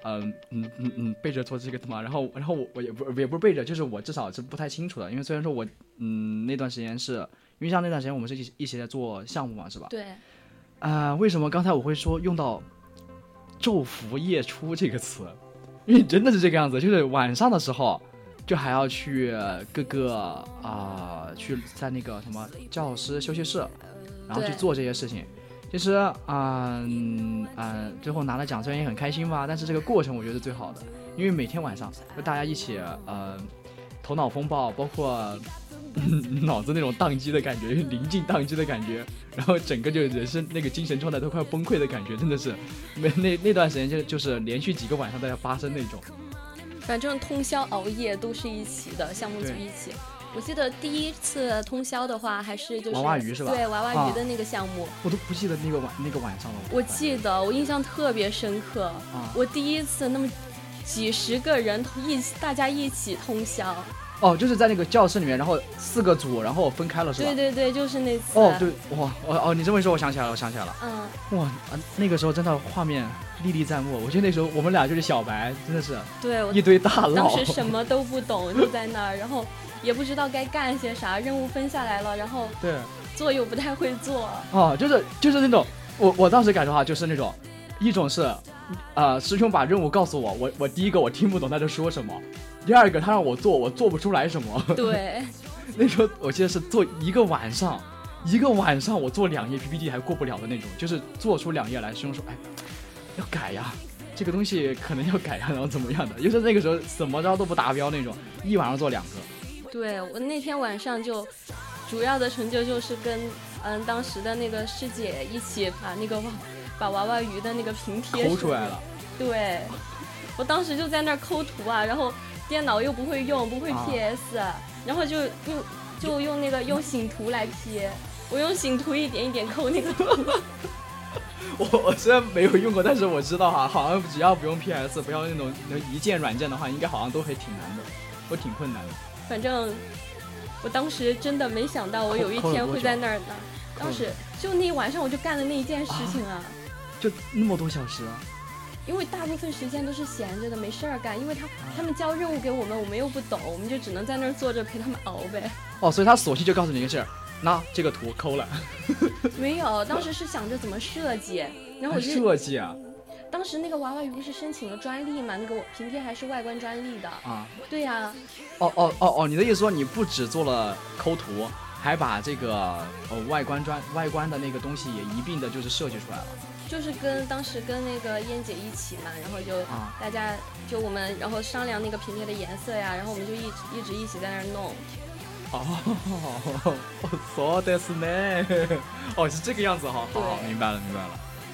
嗯嗯嗯嗯背着做这个的嘛，然后然后我我也不也不是背着，就是我至少是不太清楚的，因为虽然说我嗯那段时间是因为像那段时间我们是一一起在做项目嘛，是吧？ 对。 啊、呃，为什么刚才我会说用到昼伏夜出这个词？因为真的是这个样子，就是晚上的时候就还要去各个啊、呃、去在那个什么教师休息室，然后去做这些事情。其实嗯嗯、呃呃、最后拿了奖虽然也很开心吧，但是这个过程我觉得是最好的，因为每天晚上就大家一起呃头脑风暴，包括、嗯、脑子那种宕机的感觉，临近宕机的感觉，然后整个就人生那个精神状态都快崩溃的感觉，真的是那那那段时间就就是连续几个晚上都要发生那种。 反正通宵熬夜都是一起的，项目组一起。我记得第一次通宵的话，还是就是娃娃鱼是吧？ 对，娃娃鱼的那个项目， 啊、我都不记得那个晚那个晚上了。 我记得，我印象特别深刻。啊、我第一次那么几十个人一起，大家一起通宵。 哦，就是在那个教室里面，然后四个组，然后分开了是吧？ 对对对，就是那次。 哦，对，哇，哦哦，你这么一说，我想起来了，我想起来了。 嗯。 哇，那个时候真的画面历历在目。我觉得那时候我们俩就是小白，真的是。 对。 一堆大佬。 当时什么都不懂，就在那儿，然后也不知道该干些啥，任务分下来了，然后对做又不太会做。 哦，就是就是那种，我我当时感受哈，就是那种，一种是，呃，师兄把任务告诉我，我我第一个我听不懂他在说什么。第二个，他让我做，我做不出来什么。 对， 那时候我记得是做一个晚上，一个晚上我做两页 P P T 还过不了的那种，就是做出两页来，师兄说，哎，要改呀，这个东西可能要改呀，然后怎么样的，就是那个时候怎么着都不达标那种，一晚上做两个。 对，我那天晚上就主要的成就就是跟嗯当时的那个师姐一起把那个把娃娃鱼的那个平贴抠出来了。 对，我当时就在那儿抠图啊，然后。电脑又不会用，不会 P S，、啊、然后就用就用那个用醒图来 P， 我用醒图一点一点抠那个图。 我我虽然没有用过，但是我知道哈，好像只要不用 P S， 不要那种一键软件的话，应该好像都还挺难的，都挺困难的。 反正我当时真的没想到，我有一天会在那儿呢。当时就那一晚上我就干了那一件事情啊，啊就那么多小时啊。 因为大部分时间都是闲着的，没事儿干。因为他他们交任务给我们，我们又不懂，我们就只能在那儿坐着陪他们熬呗。 哦，所以他索性就告诉你一个事儿，那这个图抠了。 没有，当时是想着怎么设计，然后我就设计啊。 当时那个娃娃鱼不是申请了专利嘛？那个平贴还是外观专利的啊。 对呀、啊。 哦哦哦哦，你的意思说你不只做了抠图，还把这个呃外观专外观的那个东西也一并的就是设计出来了。 就是跟当时跟那个燕姐一起嘛，然后就大家就我们然后商量那个平贴的颜色呀，然后我们就一一直一起在那儿弄。 哦，そうですね。哦，是这个样子哈，好，好，明白了，明白了。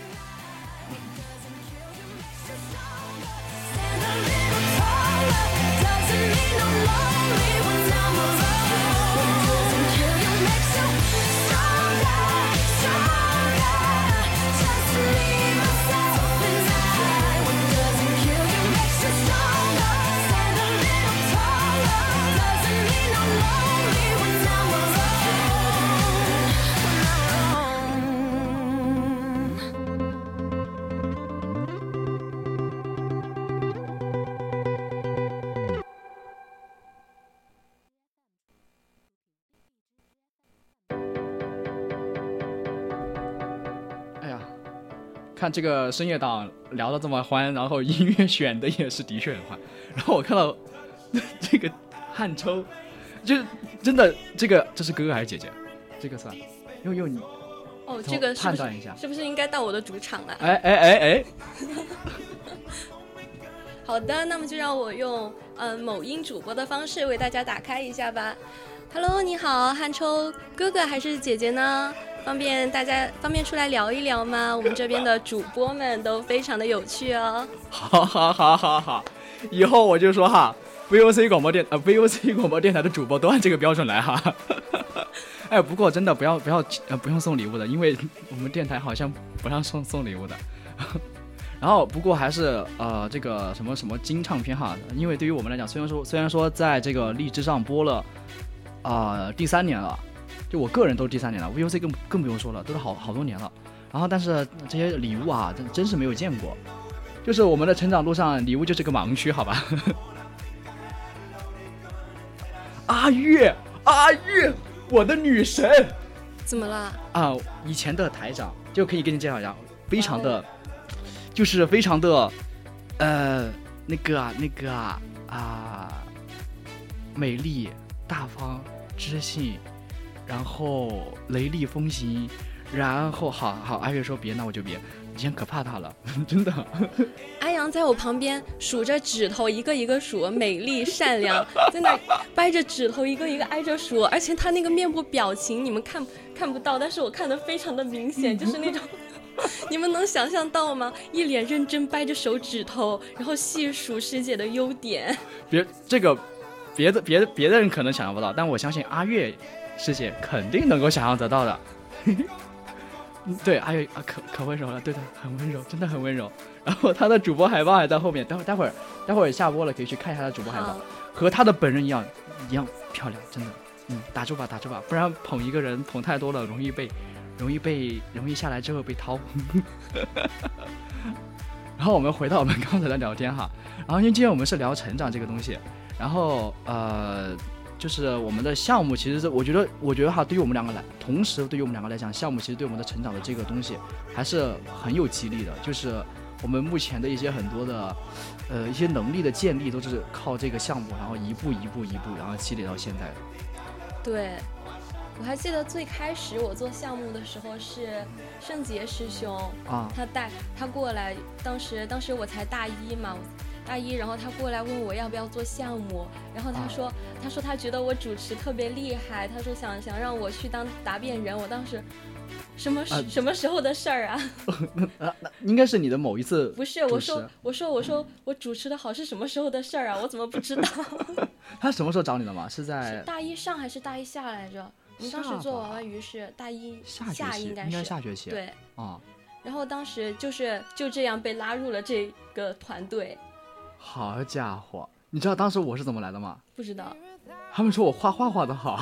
看这个深夜档聊得这么欢，然后音乐选的也是的确很欢，然后我看到这个汉抽，就是真的这个这是哥哥还是姐姐？这个算，用用你哦，这个判断一下， 是不是应该到我的主场了？ 哎哎哎哎， 好的，那么就让我用嗯、呃、某音主播的方式为大家打开一下吧。Hello， 你好，汉抽，哥哥还是姐姐呢？方便大家方便出来聊一聊吗？我们这边的主播们都非常的有趣哦。 好好好好好，以后我就说哈 ，V O C 广播电呃 V O C 广播电台的主播都按这个标准来哈。哎，不过真的不要不要呃不用送礼物的，因为我们电台好像不让送送礼物的。然后不过还是呃这个什么什么金唱片哈，因为对于我们来讲，虽然说虽然说在这个荔枝上播了啊、呃、第三年了。就我个人都是第三年了 ，V O C 更更不用说了，都是好好多年了。然后，但是这些礼物啊，真真是没有见过。 就是我们的成长路上，礼物就是个盲区，好吧？阿月，阿月，我的女神！ 怎么了？ 啊，以前的台长就可以给你介绍一下，非常的，就是非常的，呃，那个啊，那个啊啊，美丽、大方、知性，然后雷厉风行，然后好好，阿月说别，那我就别。以前可怕他了，真的。 阿阳在我旁边数着指头，一个一个数，美丽善良，在那掰着指头，一个一个挨着数，而且他那个面部表情你们看看不到，但是我看得非常的明显，就是那种，你们能想象到吗？一脸认真掰着手指头，然后细数师姐的优点。 别这个，别的别的别的人可能想象不到，但我相信阿月师姐肯定能够想象得到的。对，阿月啊，可可温柔了，对的，很温柔，真的很温柔。然后他的主播海报还在后面，待会待会儿待会儿下播了，可以去看一下他的主播海报，和他的本人一样一样漂亮，真的。嗯，打住吧，打住吧，不然捧一个人捧太多了，容易被容易被容易下来之后被掏。然后我们回到我们刚才的聊天哈，然后因为今天我们是聊成长这个东西，然后呃。就是我们的项目，其实是我觉得，我觉得哈，对于我们两个来，同时对于我们两个来讲，项目其实对我们的成长的这个东西还是很有激励的。就是我们目前的一些很多的，呃，一些能力的建立，都是靠这个项目，然后一步一步一步，然后积累到现在的。 对，我还记得最开始我做项目的时候是圣杰师兄啊，他带他过来，当时当时我才大一嘛。大一，然后他过来问我要不要做项目，然后他说，啊、他说他觉得我主持特别厉害，他说想想让我去当答辩人。我当时，什么、啊、什么时候的事儿啊？ 那那应该是你的某一次。 不是，我说我说我说我主持的好是什么时候的事儿啊？我怎么不知道？ 他什么时候找你的嘛？是在是大一上还是大一下来着？我们当时做娃娃鱼是大一下， 应该是应该下学期。 对啊， 然后当时就是就这样被拉入了这个团队。 好家伙，你知道当时我是怎么来的吗？ 不知道。 他们说我画画画的好。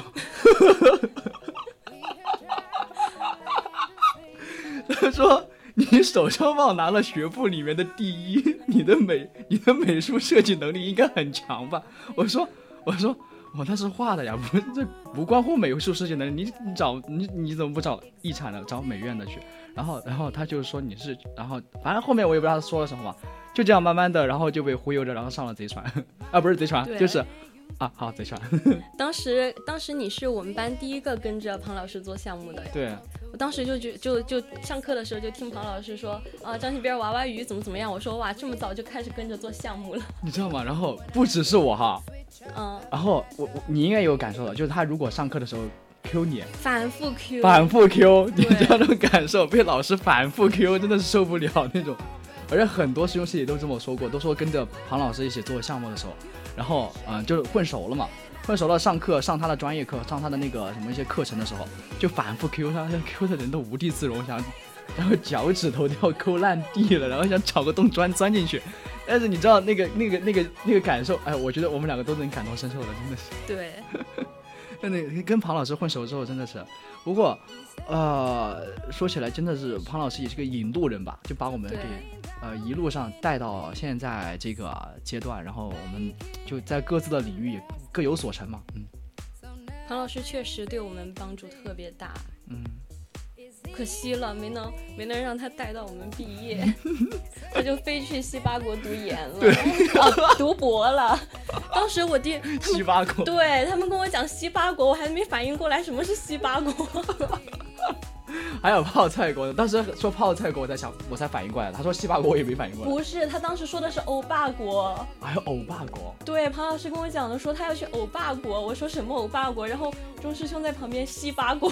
他说你手上棒拿了学部里面的第一，你的美你的美术设计能力应该很强吧？我说我说我那是画的呀，不这不关乎美术设计能力，你你找你你怎么不找艺产的，找美院的去？然后然后他就说你是，然后反正后面我也不知道他说了什么嘛。就这样慢慢的，然后就被忽悠着，然后上了贼船，啊不是贼船，就是，啊好贼船。 当时当时你是我们班第一个跟着庞老师做项目的。 对。 我当时就就就就上课的时候就听庞老师说啊张西边娃娃鱼怎么怎么样，我说哇这么早就开始跟着做项目了。 你知道吗？然后不只是我哈， 嗯， 然后我我你应该有感受到，就是他如果上课的时候 Q 你， 反复 Q， 反复 Q， 你这样的感受，被老师反复 Q， 真的是受不了那种。而且很多师兄师姐都这么说过，都说跟着庞老师一起做项目的时候，然后嗯、呃、就是混熟了嘛，混熟了上课上他的专业课，上他的那个什么一些课程的时候，就反复 Q 他 ，Q 的人都无地自容，想然后脚趾头都要抠烂地了，然后想找个洞钻钻进去。但是你知道那个那个那个那个感受，哎，我觉得我们两个都能感同身受的，真的是。 对。 那那跟庞老师混熟之后，真的是，不过，呃，说起来真的是庞老师也是个引路人吧，就把我们给呃一路上带到现在这个阶段，然后我们就在各自的领域各有所成嘛，嗯。 庞老师确实对我们帮助特别大， 嗯。 可惜了，没能没能让他带到我们毕业，他就飞去西八国读研了，哦，读博了。当时我弟西八国， 对他们跟我讲西八国，我还没反应过来什么是西八国。 还有泡菜国，当时说泡菜国，我才想，我才反应过来。他说西八国，我也没反应过来。 不是，他当时说的是欧巴国。 还有欧巴国？ 对，庞老师跟我讲的，说他要去欧巴国。我说什么欧巴国？然后钟师兄在旁边西八国。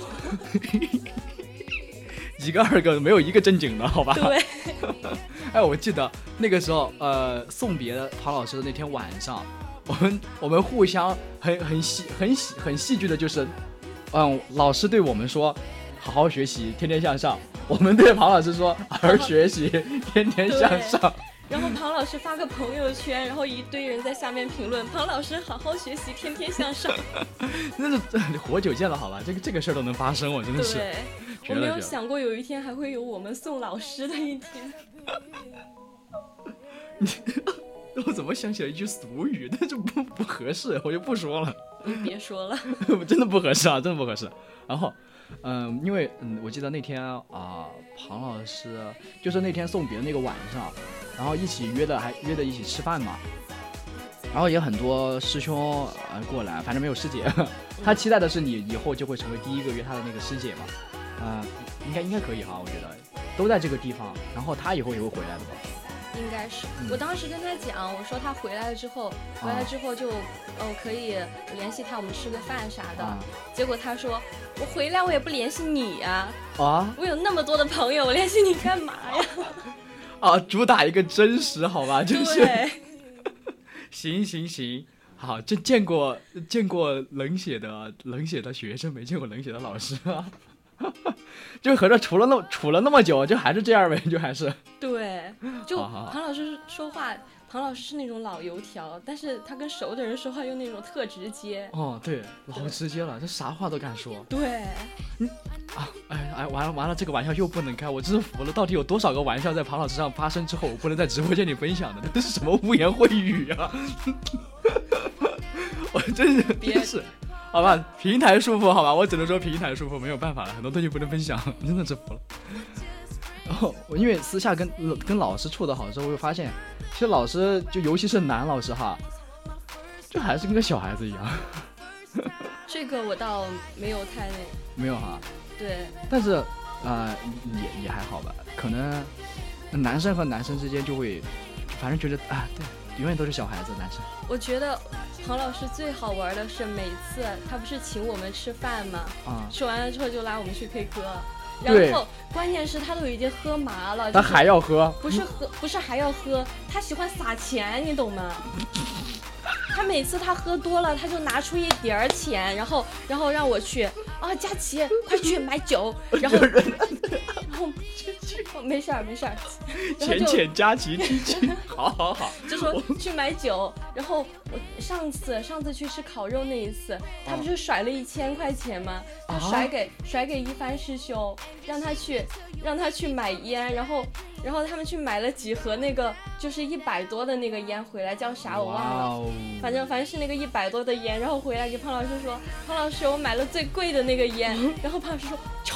一个二个没有一个正经的，好吧？ 对。 哎，我记得那个时候，呃，送别庞老师的那天晚上，我们我们互相很很戏很戏很戏剧的，就是，嗯，老师对我们说，好好学习，天天向上；我们对庞老师说，好好学习，天天向上。 然后庞老师发个朋友圈，然后一堆人在下面评论：“庞老师好好学习，天天向上。” 那是活久见了，好吧？这个这个事儿都能发生，我真的是。 对，我没有想过有一天还会有我们送老师的一天。 我怎么想起了一句俗语，但是不不合适，我就不说了。 你别说了， 真的不合适啊，真的不合适。然后，嗯，因为嗯，我记得那天啊、呃，庞老师就是那天送别的那个晚上，然后一起约的，还约的一起吃饭嘛。然后也很多师兄呃过来，反正没有师姐。他期待的是你以后就会成为第一个约他的那个师姐嘛，啊、呃，应该应该可以哈，我觉得都在这个地方，然后他以后也会回来的吧。 应该是，我当时跟他讲，我说他回来了之后，回来之后就，哦，可以联系他，我们吃个饭啥的。啊、结果他说，我回来我也不联系你呀、啊，啊，我有那么多的朋友，我联系你干嘛呀？ 啊，主打一个真实，好吧，就是。 对行行行，好，这见过见过冷血的冷血的学生，没见过冷血的老师啊。就合着处了那处了那么久，就还是这样呗，就还是对，就庞老师说话，庞老师是那种老油条，但是他跟熟的人说话又那种特直接。 哦，对，老直接了，这啥话都敢说。 对， 嗯啊，哎哎，完了完了，这个玩笑又不能开，我真是服了。到底有多少个玩笑在庞老师上发生之后，我不能在直播间里分享的？这是什么污言秽语啊！我真是真是。好吧，平台束缚，好吧，我只能说平台束缚，没有办法了，很多东西不能分享，真的是服了。然后我因为私下跟跟老师处的好之后，我会发现，其实老师就尤其是男老师哈，就还是跟个小孩子一样。 这个我倒没有太那没有哈。 对。 但是呃也也还好吧，可能男生和男生之间就会，反正觉得啊对。永远都是小孩子，男生。 我觉得庞老师最好玩的是每次他不是请我们吃饭吗？啊、嗯，吃完了之后就拉我们去 K 歌，然后关键是他都已经喝麻了， 他还要喝？ 不是喝，不是还要喝，他喜欢撒钱，你懂吗？他每次他喝多了，他就拿出一点儿钱，然后然后让我去啊，佳琪，快去买酒，然后然后没事儿没事儿， 浅浅佳琪鸡鸡，好好好， 就说去买酒，然后我上次上次去吃烤肉那一次，他不是甩了一千块钱吗？他甩给、啊、甩给一帆师兄，让他去让他去买烟，然后然后他们去买了几盒那个就是一百多的那个烟回来，叫啥我忘了，反正反正是那个一百多的烟，然后回来给庞老师说，庞老师我买了最贵的那个烟，然后庞老师说抽。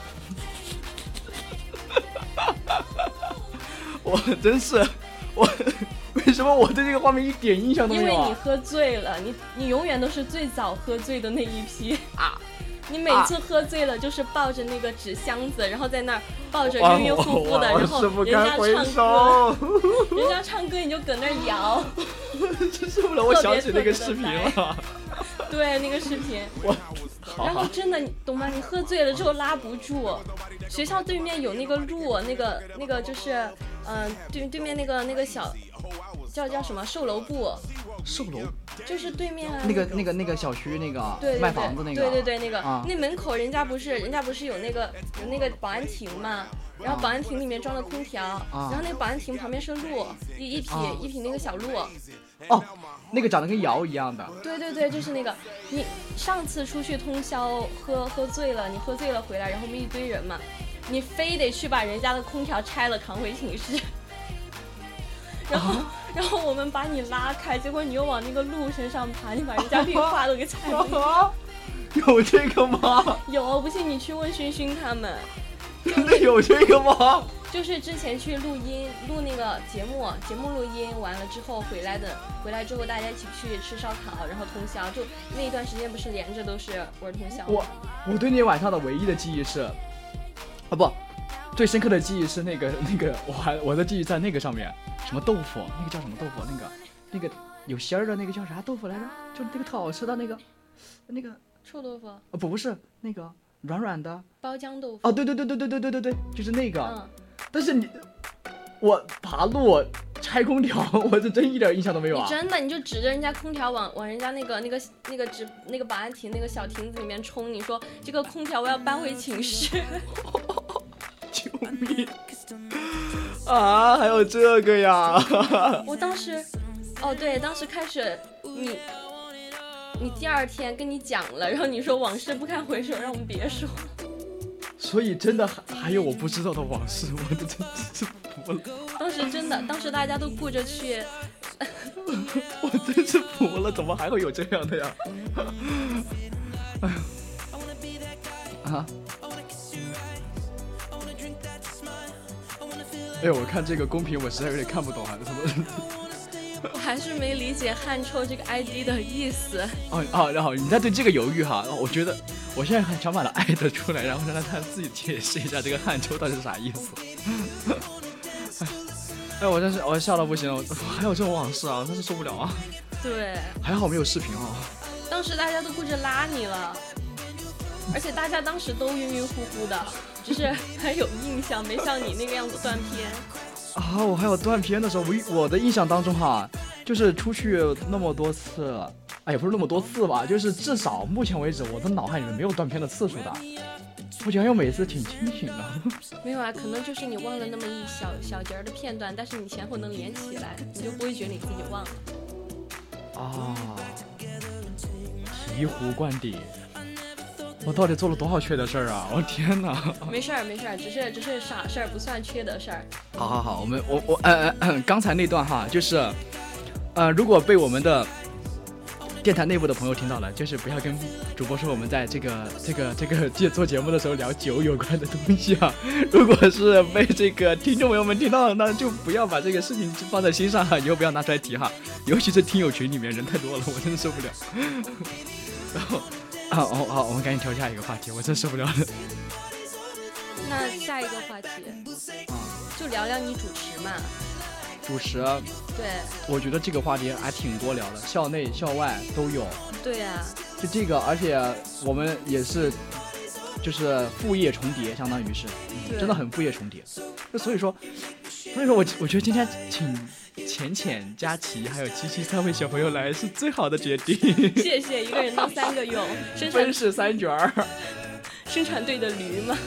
我真是我为什么我对这个画面一点印象都没有、啊、 因为你喝醉了，你你永远都是最早喝醉的那一批啊！你每次喝醉了就是抱着那个纸箱子，然后在那儿抱着晕晕乎乎的，然后人家唱歌，人家唱歌你就搁那儿摇。 真受不了，我想起那个视频了。 对，那个视频。 我。 然后真的，你懂吗？你喝醉了之后拉不住。学校对面有那个路，那个那个就是，嗯、呃，对对面那个那个小，叫叫什么售楼部？ 售楼就是对面啊。 那个那个那个小区那个对对对卖房子那个。 对对对，那个、 啊、 那门口人家不是人家不是有那个有那个保安亭嘛？然后保安亭里面装了空调，啊、然后那个保安亭旁边是路，一一匹、啊、一匹那个小路。 哦，那个长得跟窑一样的。 对对对，就是那个。你上次出去通宵喝喝醉了，你喝醉了回来，然后我们一堆人嘛，你非得去把人家的空调拆了扛回寝室，然后、啊、然后我们把你拉开，结果你又往那个路身上爬，你把人家绿化都给踩了。 啊、有这个吗？ 有，不信你去问勋勋他们。 真的有这个吗？ 就是之前去录音录那个节目节目录音完了之后回来的回来之后大家一起去吃烧烤，然后通宵，就那一段时间不是连着都是玩通宵。 我我对那晚上的唯一的记忆是啊不最深刻的记忆是那个那个我还我的记忆在那个上面，什么豆腐，那个叫什么豆腐，那个那个有馅儿的那个叫啥豆腐来着，就那个特好吃的那个那个臭豆腐啊、 哦、不不是那个软软的包浆豆腐哦对对对对对对对对对就是那个、嗯，但是你，我爬路拆空调，我是真一点印象都没有啊！ 你真的，你就指着人家空调往往人家那个那个那个直那个保安亭那个小亭子里面冲，你说这个空调我要搬回寝室。 救命！啊，还有这个呀！ 我当时，哦对，当时开始你。你第二天跟你讲了，然后你说往事不堪回首，让我们别说。 所以真的还还有我不知道的往事，我真是服了。 当时真的，当时大家都顾着去， 我真是服了，怎么还会有这样的呀？哎呀，啊！哎呦，我看这个公屏，我实在有点看不懂啊，什么？ 我还是没理解汉臭这个 I D 的意思。 哦哦，然后你在对这个犹豫哈，我觉得我现在很想把它艾特出来，然后让他自己解释一下这个汉臭到底是啥意思。哎，我真是我笑到不行了，还有这种往事啊，真是受不了啊。 对， 还好没有视频啊。 当时大家都顾着拉你了，而且大家当时都晕晕乎乎的，只是还有印象，没像你那个样子断片。 啊，我还有断片的时候，我我的印象当中哈，就是出去那么多次，哎，也不是那么多次吧，就是至少目前为止，我的脑海里面没有断片的次数的。我觉得我每次挺清醒的。 没有啊，可能就是你忘了那么一小小节的片段，但是你前后能连起来，你就不会觉得你自己忘了。 啊，醍醐灌顶！我到底做了多少缺德事儿啊！我天哪！ 没事儿没事儿，只是只是傻事儿，不算缺德事儿。 好好好，我们我我呃呃，刚才那段哈，就是呃，如果被我们的电台内部的朋友听到了，就是不要跟主播说我们在这个这个这个做节目的时候聊酒有关的东西啊。如果是被这个听众朋友们听到了，那就不要把这个事情放在心上哈，以后不要拿出来提哈。尤其是听友群里面人太多了，我真的受不了。然后啊哦好，我们赶紧跳下一个话题，我真受不了了。 那下一个话题， 啊， 就聊聊你主持嘛。 主持， 对， 我觉得这个话题还挺多聊的，校内校外都有。 对呀、啊， 就这个，而且我们也是，就是副业重叠，相当于是，真的很副业重叠。那所以说，所以说我我觉得今天请浅浅、佳琪还有七七三位小朋友来是最好的决定。 谢谢，一个人当三个用，生分饰三角儿。 生产队的驴吗？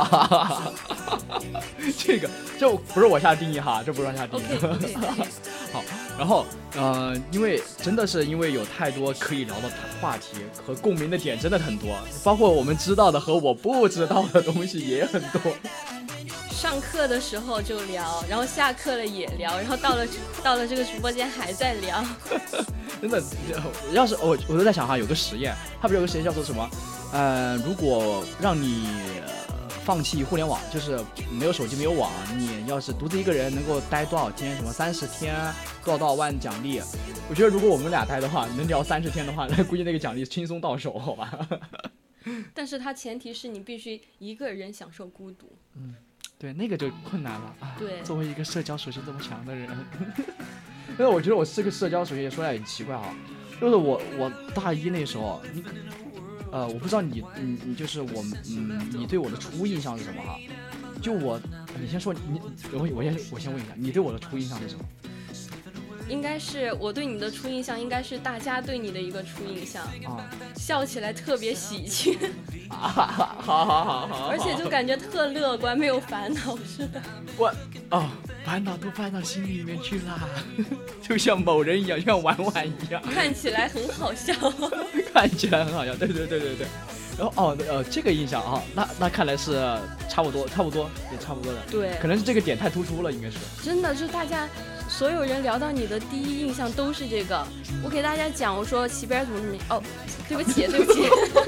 这个这不是我下定义哈，这不是我下定义。 Okay, okay, okay. 好，然后呃，因为真的是因为有太多可以聊的话题和共鸣的点，真的很多，包括我们知道的和我不知道的东西也很多。 上课的时候就聊，然后下课了也聊，然后到了到了这个直播间还在聊。 真的，要是我我都在想哈，有个实验，它不是有个实验叫做什么？呃，如果让你放弃互联网，就是没有手机没有网，你要是独自一个人能够待多少天？什么三十天，多少多少万奖励？我觉得如果我们俩待的话，能聊三十天的话，那估计那个奖励轻松到手，好吧？ 但是它前提是你必须一个人享受孤独。 嗯，对，那个就困难了啊。 对， 作为一个社交属性这么强的人，因为我觉得我是个社交属性，也说来很奇怪啊，就是我我大一那时候，你呃，我不知道你你你就是我嗯，你对我的初印象是什么哈？就我，你先说你，我我先我先问一下，你对我的初印象是什么？ 应该是我对你的初印象，应该是大家对你的一个初印象啊，笑起来特别喜庆， 啊，好好好好， 而且就感觉特乐观，没有烦恼似的。 我哦，烦恼都搬到心里面去啦，就像某人一样，像婉婉一样， 看起来很好笑， 看起来很好笑，对对对对对。然后哦呃，这个印象啊，那那看来是差不多，差不多也差不多的， 对， 可能是这个点太突出了，应该是。 真的，就大家。所有人聊到你的第一印象都是这个，我给大家讲，我说齐边怎么怎么，哦，对不起，对不起，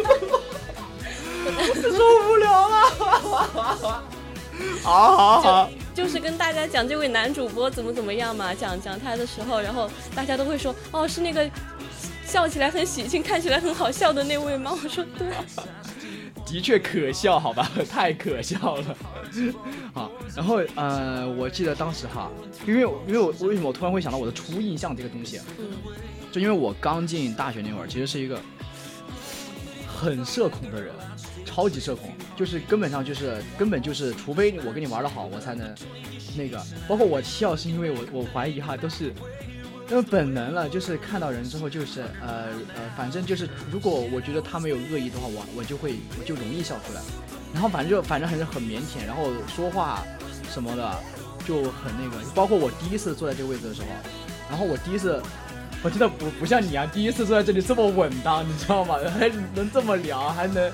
我受不了了。好好好就，就是跟大家讲这位男主播怎么怎么样嘛，讲讲他的时候，然后大家都会说，哦，是那个笑起来很喜庆、看起来很好笑的那位吗？我说对。 的确可笑，好吧，太可笑了。好，然后呃，我记得当时哈，因为因为我为什么我突然会想到我的初印象这个东西， 嗯， 就因为我刚进大学那会儿，其实是一个很社恐的人，超级社恐，就是根本上就是根本就是，除非我跟你玩得好，我才能那个。包括我笑是因为我我怀疑哈，都是。因为本能了，就是看到人之后，就是呃呃，反正就是如果我觉得他没有恶意的话，我我就会我就容易笑出来，然后反正就反正还是很腼腆，然后说话什么的就很那个，包括我第一次坐在这个位置的时候，然后我第一次，我记得不不像你啊，第一次坐在这里这么稳当，你知道吗？还能这么聊，还能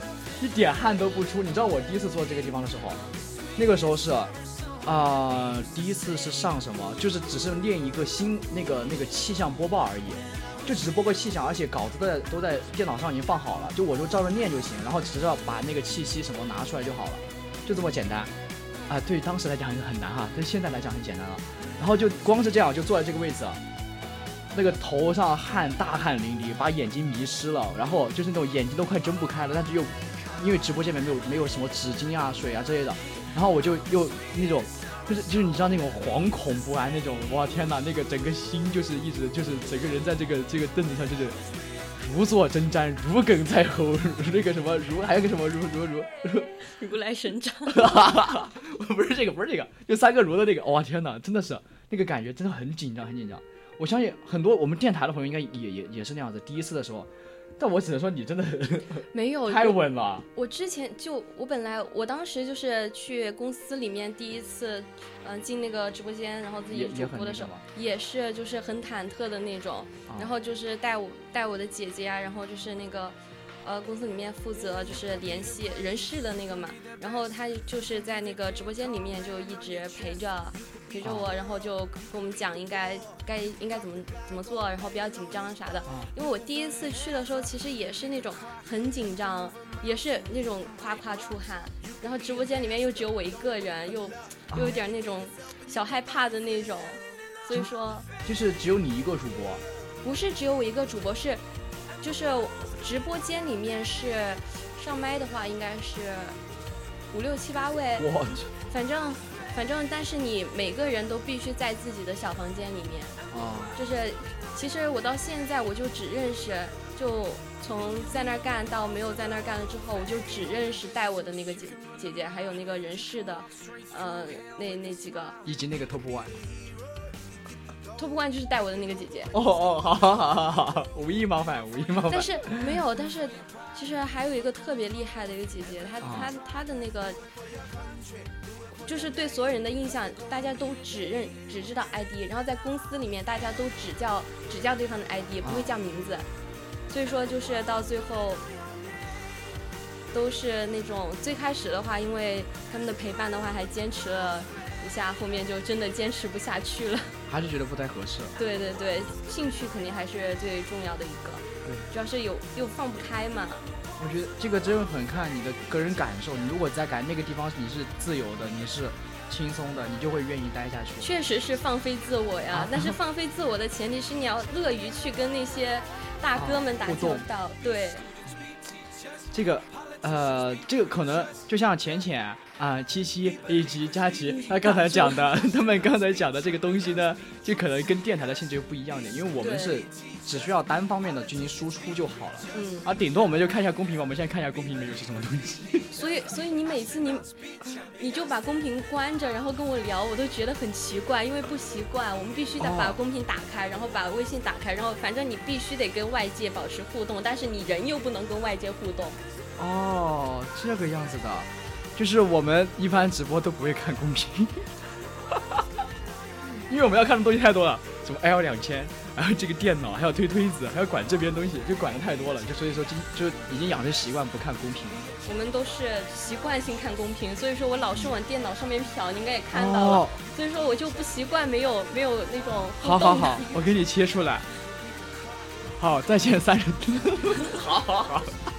一点汗都不出。你知道我第一次坐这个地方的时候，那个时候是，呃，第一次是上什么，就是只是练一个新那个那个气象播报而已，就只是播个气象，而且稿子都在都在电脑上已经放好了，就我就照着念就行，然后只是要把那个气息什么拿出来就好了，就这么简单。啊，对于当时来讲很难哈，但是现在来讲很简单了。然后就光是这样就坐在这个位置，那个头上汗大汗淋漓，把眼睛迷失了，然后就是那种眼睛都快睁不开了，但是又因为直播间里面没有没有什么纸巾啊水啊之类的，然后我就又那种就是就是你知道那种惶恐不安那种，哇天哪，那个整个心就是一直就是整个人在这个这个凳子上就是如坐针毡，如鲠在喉，那个什么如还有个什么如如如如如来神掌。 不是这个不是这个，就三个如的那个，哇天哪，真的是那个感觉真的很紧张很紧张。我相信很多我们电台的朋友应该也也也是那样子，第一次的时候。但我只能说你真的没有太稳了。 我之前就我本来我当时就是去公司里面第一次，嗯、呃，进那个直播间，然后自己主播的时候，也, 也是就是很忐忑的那种。啊、然后就是带我带我的姐姐啊，然后就是那个，呃，公司里面负责就是联系人事的那个嘛，然后他就是在那个直播间里面就一直陪着。陪着我，然后就跟我们讲应该该应该怎么怎么做，然后不要紧张啥的。因为我第一次去的时候，其实也是那种很紧张，也是那种夸夸出汗，然后直播间里面又只有我一个人，又又有点那种小害怕的那种，所以说就是只有你一个主播？ 不是只有我一个主播，是就是直播间里面是上麦的话应该是五六七八位， 我反正。反正，但是你每个人都必须在自己的小房间里面。 哦。 就是，其实我到现在我就只认识，就从在那儿干到没有在那儿干了之后，我就只认识带我的那个姐姐姐，还有那个人事的，呃，那那几个。 以及那个 top one。top one 就是带我的那个姐姐。 哦哦，好好好好好，无意冒犯，无意冒犯。 但是没有，但是其实还有一个特别厉害的一个姐姐，她、哦、她她的那个。就是对所有人的印象，大家都只认只知道 I D， 然后在公司里面大家都只叫只叫对方的 I D， 不会叫名字，所以说就是到最后都是那种最开始的话，因为他们的陪伴的话还坚持了一下，后面就真的坚持不下去了， 还是觉得不太合适。 对对对，兴趣肯定还是最重要的一个，主要是有又放不开嘛。 我觉得这个真的很看你的个人感受，你如果在感那个地方你是自由的，你是轻松的，你就会愿意待下去。 确实是放飞自我呀，啊、但是放飞自我的前提是你要乐于去跟那些大哥们打交道。啊、对， 这个呃，这个可能就像浅浅啊、七七以及佳琪他刚才讲的，他们刚才讲的这个东西呢，就可能跟电台的性质又不一样的，因为我们是只需要单方面的进行输出就好了， 嗯， 啊，顶多我们就看一下公屏吧。我们现在看一下公屏里面有些什么东西。 所以，所以你每次你你就把公屏关着，然后跟我聊，我都觉得很奇怪，因为不习惯。我们必须得把公屏打开，哦、然后把微信打开，然后反正你必须得跟外界保持互动，但是你人又不能跟外界互动。 哦，这个样子的。就是我们一般直播都不会看公屏，因为我们要看的东西太多了，什么 L 两千，然后这个电脑，还有推推子，还要管这边东西，就管的太多了，就所以说就已经养成习惯不看公屏了。 我们都是习惯性看公屏，所以说我老是往电脑上面瞟，你应该也看到了，哦、所以说我就不习惯没有没有那种互动。 好好好，我给你切出来。好，在线三人。好好好。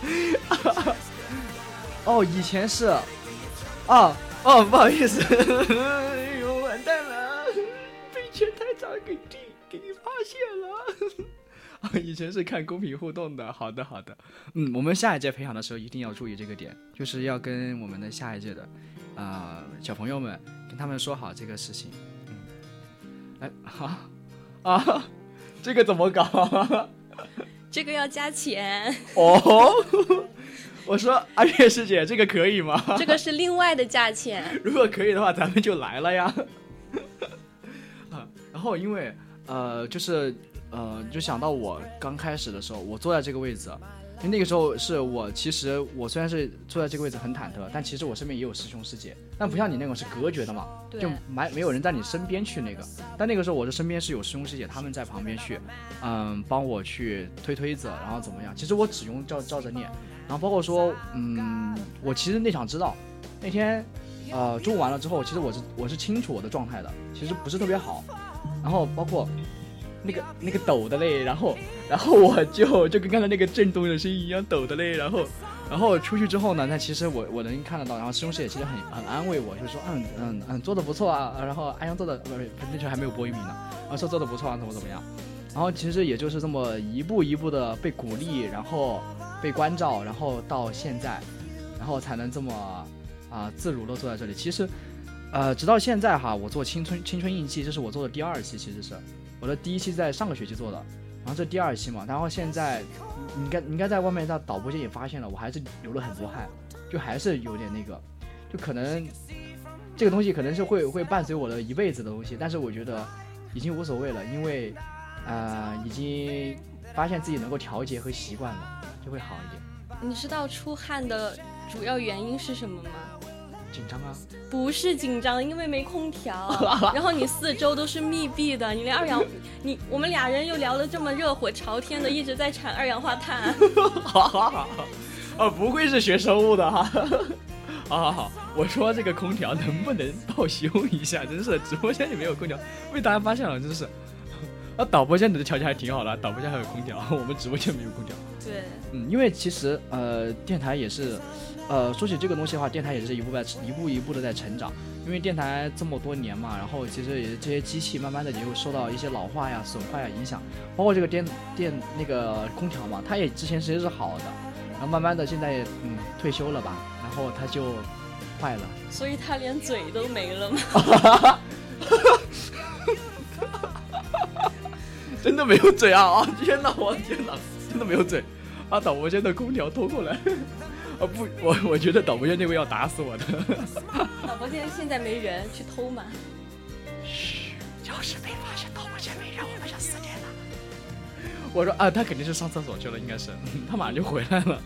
哦，以前是。哦哦，不好意思，哎呦，完蛋了，被前台长给给给你发现了。啊，以前是看公屏互动的，好的好的，嗯，我们下一届培养的时候一定要注意这个点，就是要跟我们的下一届的，啊、呃、小朋友们跟他们说好这个事情。嗯，哎，好啊，这个怎么搞？ 这个要加钱哦。我说阿月师姐，这个可以吗？ 这个是另外的价钱。 如果可以的话，咱们就来了呀。啊，然后因为呃，就是呃，就想到我刚开始的时候，我坐在这个位置，因为那个时候是我其实我虽然是坐在这个位置很忐忑，但其实我身边也有师兄师姐，但不像你那种是隔绝的嘛，就没没有人在你身边去那个。但那个时候我的身边是有师兄师姐，他们在旁边去，嗯，帮我去推推子，然后怎么样？其实我只用照照着念。 然后包括说，嗯，我其实那场知道，那天，呃，中午完了之后，其实我是我是清楚我的状态的，其实不是特别好。然后包括那个那个抖的嘞，然后然后我就就跟刚才那个震动的声音一样抖的嘞，然后然后出去之后呢，那其实我我能看得到，然后师兄师姐其实很很安慰我，就说嗯嗯嗯做的不错啊，然后安阳做的不是那时候还没有播音名呢，然后说做的不错啊，怎么怎么样。然后其实也就是这么一步一步的被鼓励，然后被关照，然后到现在，然后才能这么啊、呃、自如的坐在这里。其实，呃，直到现在哈，我做青春青春印记，这是我做的第二期，其实是我的第一期在上个学期做的，然后这第二期嘛，然后现在你应该你应该在外面在导播间也发现了，我还是流了很多汗，就还是有点那个，就可能这个东西可能是会会伴随我的一辈子的东西，但是我觉得已经无所谓了，因为。呃，已经发现自己能够调节和习惯了，就会好一点。 你知道出汗的主要原因是什么吗？ 紧张啊？ 不是紧张，因为没空调，然后你四周都是密闭的，你连二氧，你我们俩人又聊得这么热火朝天的，一直在产二氧化碳。 好好好，哦，不愧是学生物的哈。好好好，我说这个空调能不能报修一下？真是直播间里没有空调，被大家发现了，真是。啊，导播间的条件还挺好的，导播间还有空调，我们直播间没有空调。 对， 嗯，因为其实呃，电台也是，呃，说起这个东西的话，电台也是一步在一步一步的在成长。因为电台这么多年嘛，然后其实也这些机器慢慢的也会受到一些老化呀、损坏呀影响，包括这个电电那个空调嘛，它也之前其实是好的，然后慢慢的现在也嗯退休了吧，然后它就坏了。 所以它连嘴都没了吗？ 真的没有嘴啊！啊天哪，我天哪，真的没有嘴！把导播间的空调偷过来！啊不，我我觉得导播间那位要打死我的。 导播间现在没人，去偷嘛。 嘘，要是被发现导播间没人，我们就死定了。我说啊，他肯定是上厕所去了，应该是，他马上就回来了。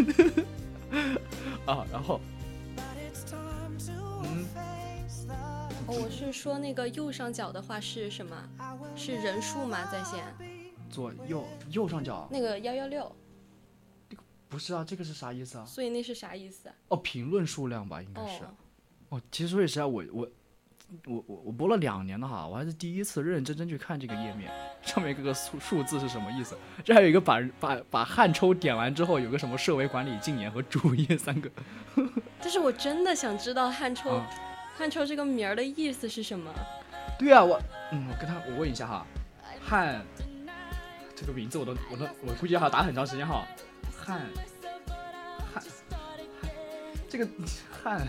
啊，然后，嗯。 哦，我是说那个右上角的话是什么？是人数吗？在线？ 左右右上角那个幺幺六。 不是啊，这个是啥意思啊？ 所以那是啥意思啊？ 哦，评论数量吧，应该是。 哦， 哦其实说实在，我我我我我播了两年了哈，我还是第一次认认真真去看这个页面，上面各个数数字是什么意思？这还有一个把把把汗抽点完之后，有个什么设为管理禁言和主页三个。 但是我真的想知道汗抽。 啊汗抽这个名儿的意思是什么？ 对啊，我嗯，我跟他我问一下哈，汗这个名字我都我都我估计要打很长时间哈，汗汗这个汗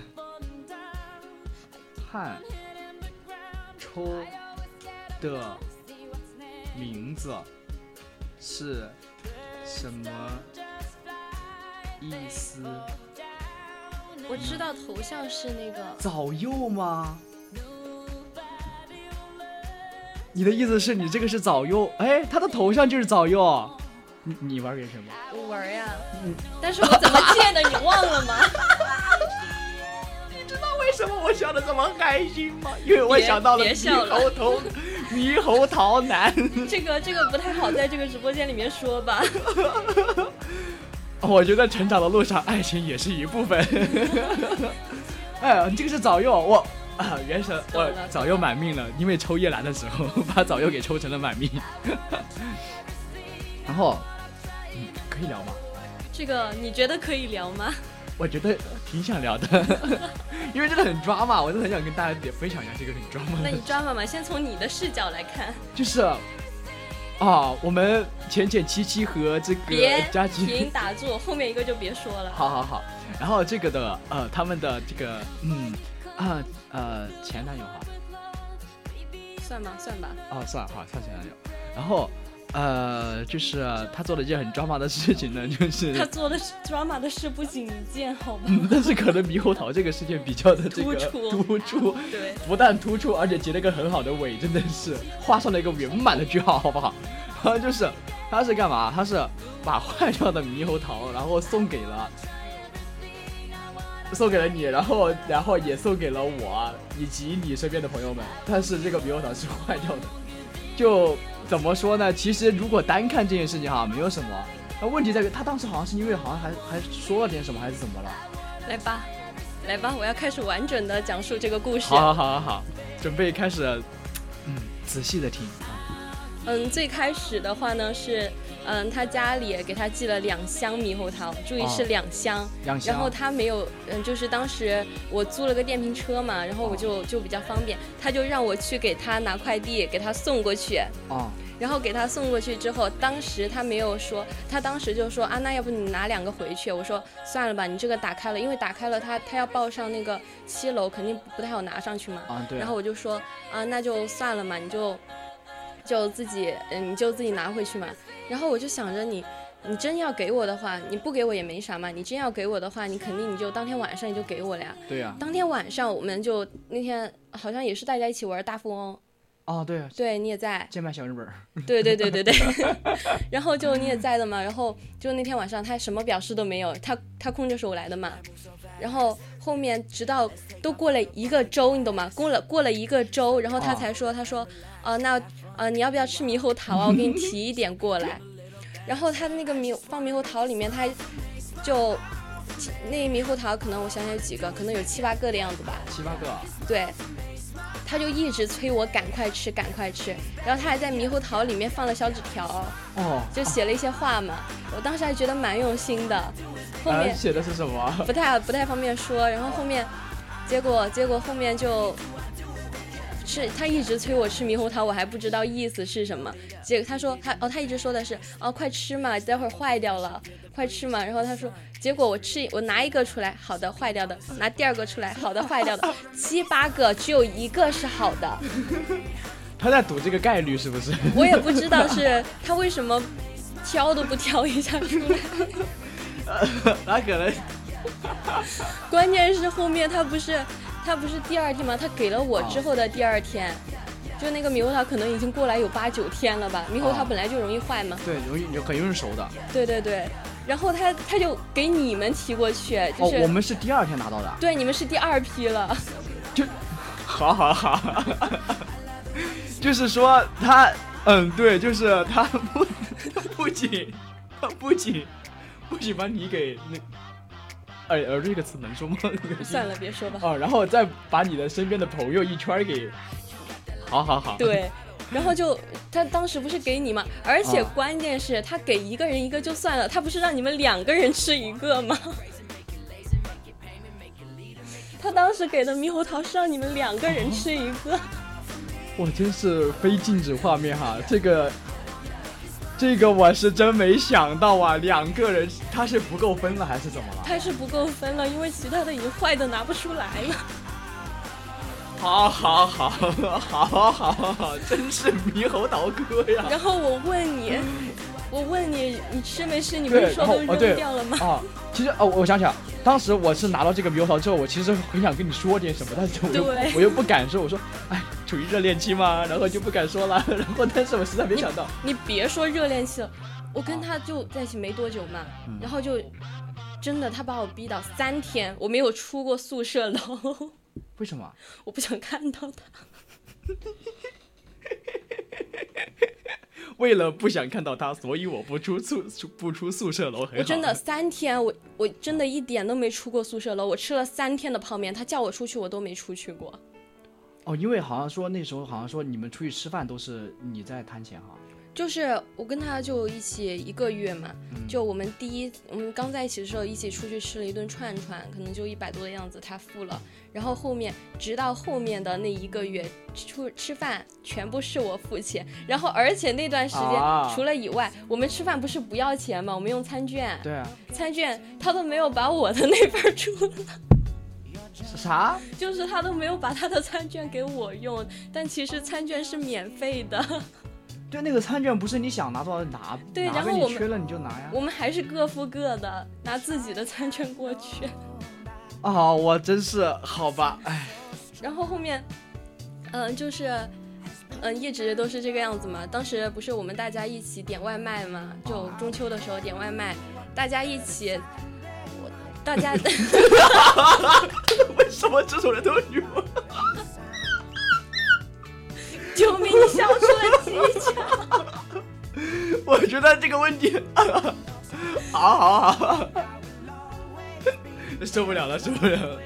汗抽的名字是什么意思？ 我知道头像是那个早幼吗？你的意思是你这个是早幼？哎，他的头像就是早幼。你你玩原神吗？ 我玩呀，嗯，但是我怎么借的？你忘了吗？ 你知道为什么我笑得这么开心吗？因为我想到了猕猴头猕猴桃男。 这个这个不太好在这个直播间里面说吧。 我觉得成长的路上，爱情也是一部分。哎，这个是早幼，我啊，原神我早幼满命了，因为抽夜兰的时候把早幼给抽成了满命。然后，嗯，可以聊吗？ 这个你觉得可以聊吗？ 我觉得挺想聊的，因为真的很抓嘛，我真的很想跟大家分享一下这个很抓嘛。 那你抓嘛嘛，先从你的视角来看。 就是。啊，我们浅浅七七和这个佳琪停打住，后面一个就别说了。 好好好，然后这个的呃，他们的这个嗯啊呃前男友哈， 算吧算吧。 哦，算好算前男友，然后呃就是他做了一件很 drama 的事情呢，就是他做的 drama 的事不仅一件，好吧？ 嗯，但是可能猕猴桃这个事件比较的这个突出， 突出， 对， 不但突出，而且结了个很好的尾，真的是画上了一个圆满的句号，好不好？然后就是他是干嘛？他是把坏掉的猕猴桃，然后送给了送给了你，然后然后也送给了我以及你身边的朋友们。但是这个猕猴桃是坏掉的，就怎么说呢？其实如果单看这件事情哈，没有什么那问题在于他当时好像是因为好像还还说了点什么还是怎么了？ 来吧，来吧，我要开始完整的讲述这个故事。 好好好好好，准备开始，嗯，仔细的听。 嗯，最开始的话呢是，嗯，他家里给他寄了两箱猕猴桃，注意是两箱，哦、 两箱。 然后他没有，嗯，就是当时我租了个电瓶车嘛，然后我就、哦、就比较方便，他就让我去给他拿快递，给他送过去。 哦。 然后给他送过去之后，当时他没有说，他当时就说啊，那要不你拿两个回去？我说算了吧，你这个打开了，因为打开了他他要报上那个七楼，肯定不太好拿上去嘛。 啊，对。 然后我就说啊，那就算了嘛，你就就自己嗯，你就自己拿回去嘛。然后我就想着你，你真要给我的话，你不给我也没啥嘛。你真要给我的话，你肯定你就当天晚上你就给我了呀。 对呀、啊。 当天晚上我们就那天好像也是大家一起玩大富翁。 哦，对， 对你也在键盘小日本， 对对对对对，然后就你也在的嘛，然后就那天晚上他什么表示都没有，他他空着手来的嘛，然后后面直到都过了一个周，你懂吗？过了过了一个周，然后他才说，哦、他说，呃，那呃你要不要吃猕猴桃啊？我给你提一点过来，然后他那个猕放猕猴桃里面，他就那猕猴桃可能我想想有几个，可能有七八个的样子吧， 七八个， 对。他就一直催我赶快吃赶快吃，然后他还在猕猴桃里面放了小纸条， 哦， 就写了一些话嘛，我当时还觉得蛮用心的。后面、 呃、写的是什么？ 不太不太方便说。然后后面，结果结果后面就是他一直催我吃猕猴桃，我还不知道意思是什么。结果他说他哦他一直说的是哦快吃嘛，待会儿坏掉了，快吃嘛。然后他说。结果我吃，我拿一个出来，好的，坏掉的；拿第二个出来，好的，坏掉的。七八个，只有一个是好的。 他在赌这个概率是不是？ 我也不知道是他为什么挑都不挑一下出来。 他可能。 关键是后面他不是他不是第二天吗？他给了我之后的第二天。哦、就那个猕猴桃可能已经过来有八九天了吧？猕猴桃本来就容易坏嘛。 对，容易就很容易熟的。 对对对。然后他他就给你们提过去，就是、 哦、我们是第二天拿到的。 对，你们是第二批了。 就，好好好，就是说他，嗯，对，就是他不他不仅他不仅不仅把你给那，呃呃，这个词能说吗？ 算了，别说吧。 哦，然后再把你的身边的朋友一圈给，好好好。 对。然后就他当时不是给你吗？而且关键是他给一个人一个就算了，他不是让你们两个人吃一个吗？他当时给的猕猴桃是让你们两个人吃一个。 我真是非静止画面哈，这个这个我是真没想到啊！两个人他是不够分了还是怎么了？ 他是不够分了，因为其他的已经坏的拿不出来了。 好好好好好好好，真是猕猴桃哥呀！ 然后我问你，我问你，你吃没吃？你不是说都扔掉了吗？ 啊、哦，其实哦，我想想，当时我是拿到这个猕猴桃之后，我其实很想跟你说点什么，但是我又我又不敢说，我说，哎，处于热恋期嘛，然后就不敢说了。然后，但是我实在没想到， 你, 你别说热恋期了，我跟他就在一起没多久嘛，嗯、然后就真的他把我逼到三天，我没有出过宿舍楼。 为什么？ 我不想看到他。 为了不想看到他，所以我不出宿不出宿舍楼。很好。 我真的三天，我我真的一点都没出过宿舍楼。我吃了三天的泡面，他叫我出去，我都没出去过。 哦，因为好像说那时候好像说你们出去吃饭都是你在摊钱哈。 就是我跟他就一起一个月嘛，嗯、就我们第一我们刚在一起的时候一起出去吃了一顿串串，可能就一百多的样子，他付了。然后后面直到后面的那一个月出吃饭全部是我付钱，然后而且那段时间、啊、除了以外，我们吃饭不是不要钱吗？我们用餐券， 对啊， 餐券他都没有把我的那份出了。 是啥？ 就是他都没有把他的餐券给我用，但其实餐券是免费的。 对，那个餐券不是你想拿多少拿， 对， 拿然后我们你缺了你就拿呀。 我们还是各付各的，拿自己的餐券过去。 啊、哦，我真是好吧，哎。 然后后面，嗯、呃，就是，嗯、呃，一直都是这个样子嘛。当时不是我们大家一起点外卖嘛，就中秋的时候点外卖，大家一起，我大家。 为什么这种人都有你我？ 救命！你笑出了技巧。 我觉得这个问题， 好好好，受不了了，受不了了。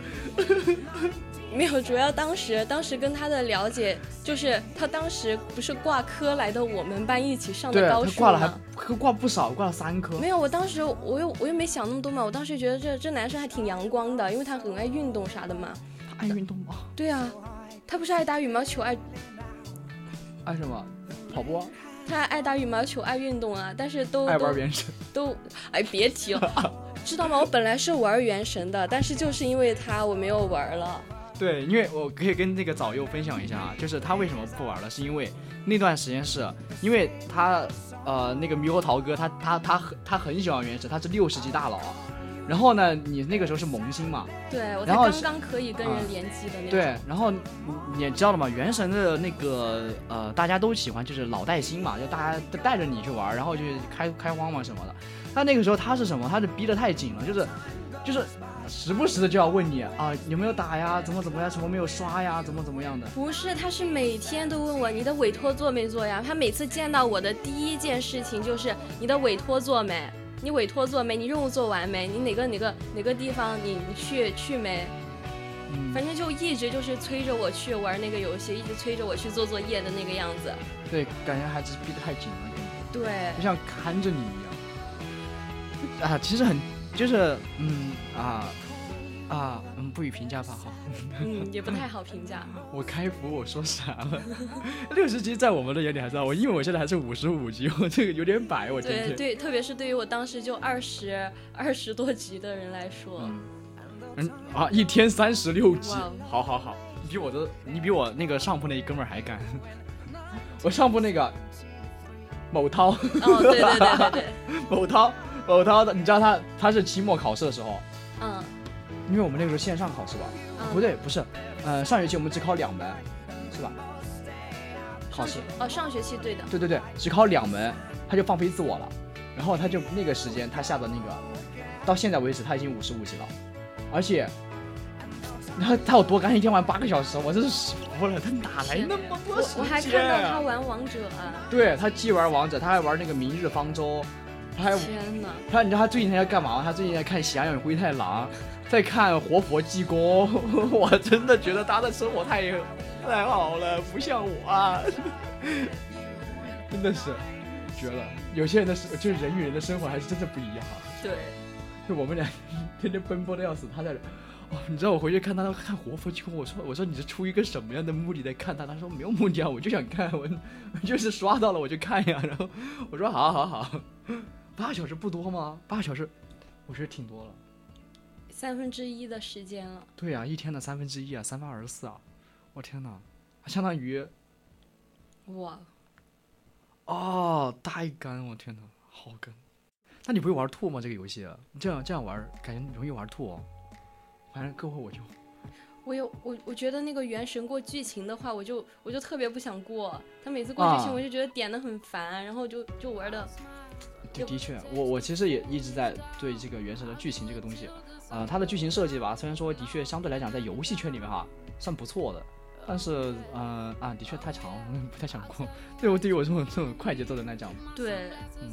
没有，主要当时当时跟他的了解，就是他当时不是挂科来的我们班一起上的高数吗？ 对，他挂了还挂不少，挂了三科。 没有，我当时我又我又没想那么多嘛，我当时觉得这这男生还挺阳光的，因为他很爱运动啥的嘛。 他爱运动吗？ 对啊，他不是爱打羽毛球，爱爱什么？跑步啊？ 他爱打羽毛球，爱运动啊，但是都爱玩原神， 都哎别提了，知道吗？我本来是玩原神的，但是就是因为他我没有玩了。 对，因为我可以跟那个早佑分享一下啊，就是他为什么不玩了，是因为那段时间是因为他呃那个猕猴桃哥他他他很他很喜欢原神，他是六十级大佬，然后呢你那个时候是萌新嘛， 对我才刚刚可以跟人联机的那种、嗯、 对，然后你也知道了嘛，原神的那个呃大家都喜欢就是老带新嘛，就大家带着你去玩，然后就开开荒嘛什么的，但那个时候他是什么，他是逼得太紧了，就是就是时不时的就要问你啊有没有打呀，怎么怎么样，什么没有刷呀，怎么怎么样的。 不是，他是每天都问我你的委托做没做呀，他每次见到我的第一件事情就是你的委托做没，你委托做没，你任务做完没，你哪个哪个哪个地方你你去去没、嗯、反正就一直就是催着我去玩那个游戏，一直催着我去做作业的那个样子。 对，感觉还是逼得太紧了。 对， 就像看着你一样啊，其实很就是嗯啊啊嗯不予评价吧，好， 嗯也不太好评价。 我开服我说啥了？六十级在我们的眼里还是我，因为我现在还是五十五级，我这个有点摆，我今天。 对对，特别是对于我当时就二十二十多级的人来说， 嗯，嗯啊一天三十六级，好好好，你比我的你比我那个上铺那一哥们儿还干，我上铺那个某涛， 哦对对对对对， 某涛。某涛的，你知道他他是期末考试的时候， 嗯， 因为我们那个时候线上考试吧，嗯、不对，不是，呃，上学期我们只考两门，是吧？考试哦，上学期对的， 对对对，只考两门，他就放飞自我了，然后他就那个时间他下的那个，到现在为止他已经五十五级了，而且，然后他有多干，一天玩八个小时，我真是服了，他哪来那么多时间、啊？ 我还看到他玩王者啊， 对他既玩王者，他还玩那个明日方舟。他天哪！ 他你知道他最近在干嘛吗？他最近在看《喜羊羊与灰太狼》，在看《活佛济公》。我真的觉得他的生活太太好了，不像我啊，真的是绝了。有些人的生就是人与人的生活还是真的不一样。 对， 就我们俩天天奔波的要死，他在哦，你知道我回去看他看《活佛济公》，我说我说你是出于一个什么样的目的在看他？他说没有目的啊，我就想看，我我就是刷到了我就看呀。然后我说好好好。八个小时不多吗？八个小时，我觉得挺多了， 三分之一的时间了。 对啊，一天的三分之一啊，三分二十四啊，我天哪，相当于， 哇， 哦，大一杆，我天哪，好干。那你不会玩吐吗？这个游戏，这样这样玩，感觉容易玩吐哦。反正过后我就， 我有我我觉得那个原神过剧情的话，我就我就特别不想过，他每次过剧情我就觉得点的很烦，啊、然后就就玩的。 的的确，我我其实也一直在对这个原神的剧情这个东西，呃，它的剧情设计吧，虽然说的确相对来讲在游戏圈里面哈算不错的，但是呃啊的确太长，不太想过。对我对于我这种这种快节奏的来讲， 对， 嗯，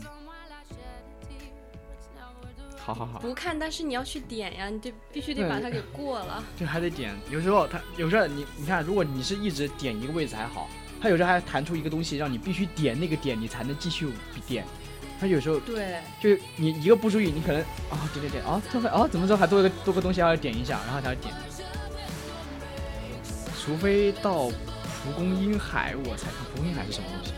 好好好， 不看，但是你要去点呀，你得必须得把它给过了。 对，还得点。有时候它有时候你你看，如果你是一直点一个位置还好，它有时候还弹出一个东西，让你必须点那个点，你才能继续点。他有时候对， 就你一个不注意，你可能啊点点点啊，突然啊怎么着还多个多个东西要点一下，然后才点。除非到蒲公英海，我才看蒲公英海是什么东西。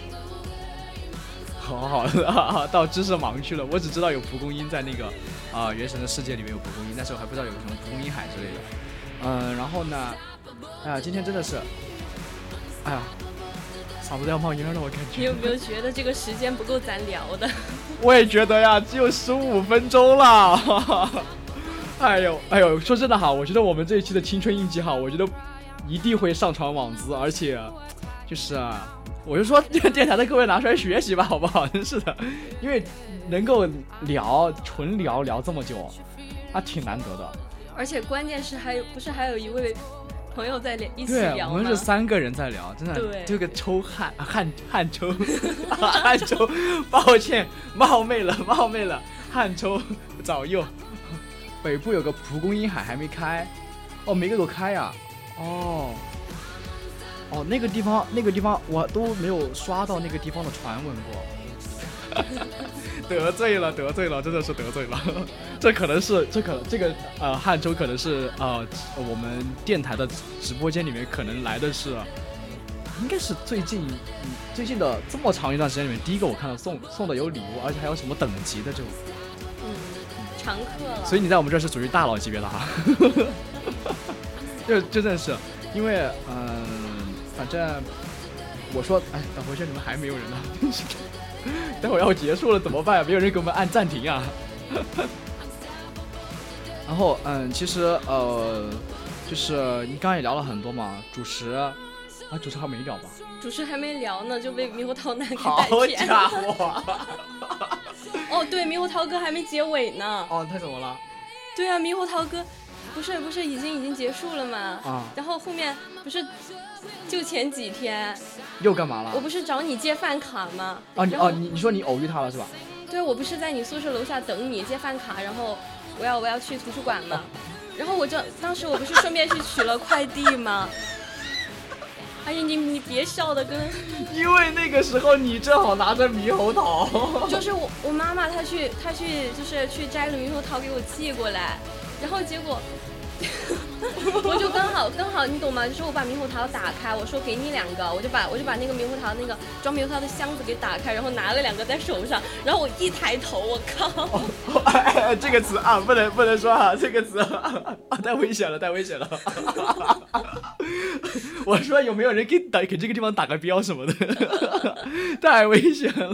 好好的，到知识盲去了。我只知道有蒲公英在那个啊、呃、原神的世界里面有蒲公英，但是我还不知道有什么蒲公英海之类的。嗯、呃，然后呢，哎呀，今天真的是，哎呀。嗓子都要冒烟了，我感觉。 你有没有觉得这个时间不够咱聊的？ 我也觉得呀，只有十五分钟了。哎呦哎呦，说真的哈，我觉得我们这一期的青春印记哈，我觉得一定会上传网资，而且就是啊，我就说这个电台的各位拿出来学习吧，好不好？真是的，因为能够聊纯聊聊这么久，啊，挺难得的。 而且关键是还有不是还有一位朋友在聊一起对， 聊吗？ 我们是三个人在聊，真的， 对这个抽汗汗汗抽汗抽，抱歉冒昧了冒昧了，汗抽早幼。北部有个蒲公英海还没开，哦，没给我开呀、啊，哦。哦，那个地方，那个地方我都没有刷到那个地方的传闻过，得罪了，得罪了，真的是得罪了。这可能是，这可能这个呃汉州可能是呃我们电台的直播间里面可能来的是，应该是最近、嗯、最近的这么长一段时间里面第一个我看到送送的有礼物，而且还有什么等级的这种， 嗯，常客了。 所以你在我们这是属于大佬级别的哈，就真的是因为嗯。呃反正我说，哎，等回去你们还没有人呢，待会儿要结束了怎么办呀？没有人给我们按暂停啊。然后，嗯，其实呃，就是你刚刚也聊了很多嘛，主食啊，主食还没聊吧？ 主持还没聊呢，就被猕猴桃男给带好偏。 家伙！ 哦，对，猕猴桃哥还没结尾呢。 哦，他怎么了？ 对啊，猕猴桃哥，不是不是已经已经结束了吗？ 啊。 然后后面不是。就前几天又干嘛了？ 我不是找你借饭卡吗？ 哦你哦你你说你偶遇他了是吧？ 对，我不是在你宿舍楼下等你借饭卡，然后我要我要去图书馆嘛，哦、然后我就当时我不是顺便去取了快递吗？哎呀，你你别笑的跟， 因为那个时候你正好拿着猕猴桃， 就是我我妈妈她去她去就是去摘了猕猴桃给我寄过来，然后结果。我就刚好刚好你懂吗？就是我把猕猴桃打开，我说给你两个，我就把我就把那个猕猴桃那个装猕猴桃的箱子给打开，然后拿了两个在手上，然后我一抬头，我靠！ 哦哎、这个词啊，不能不能说啊，这个词啊，太危险了，太危险了！我说有没有人给打给这个地方打个标什么的？太危险了！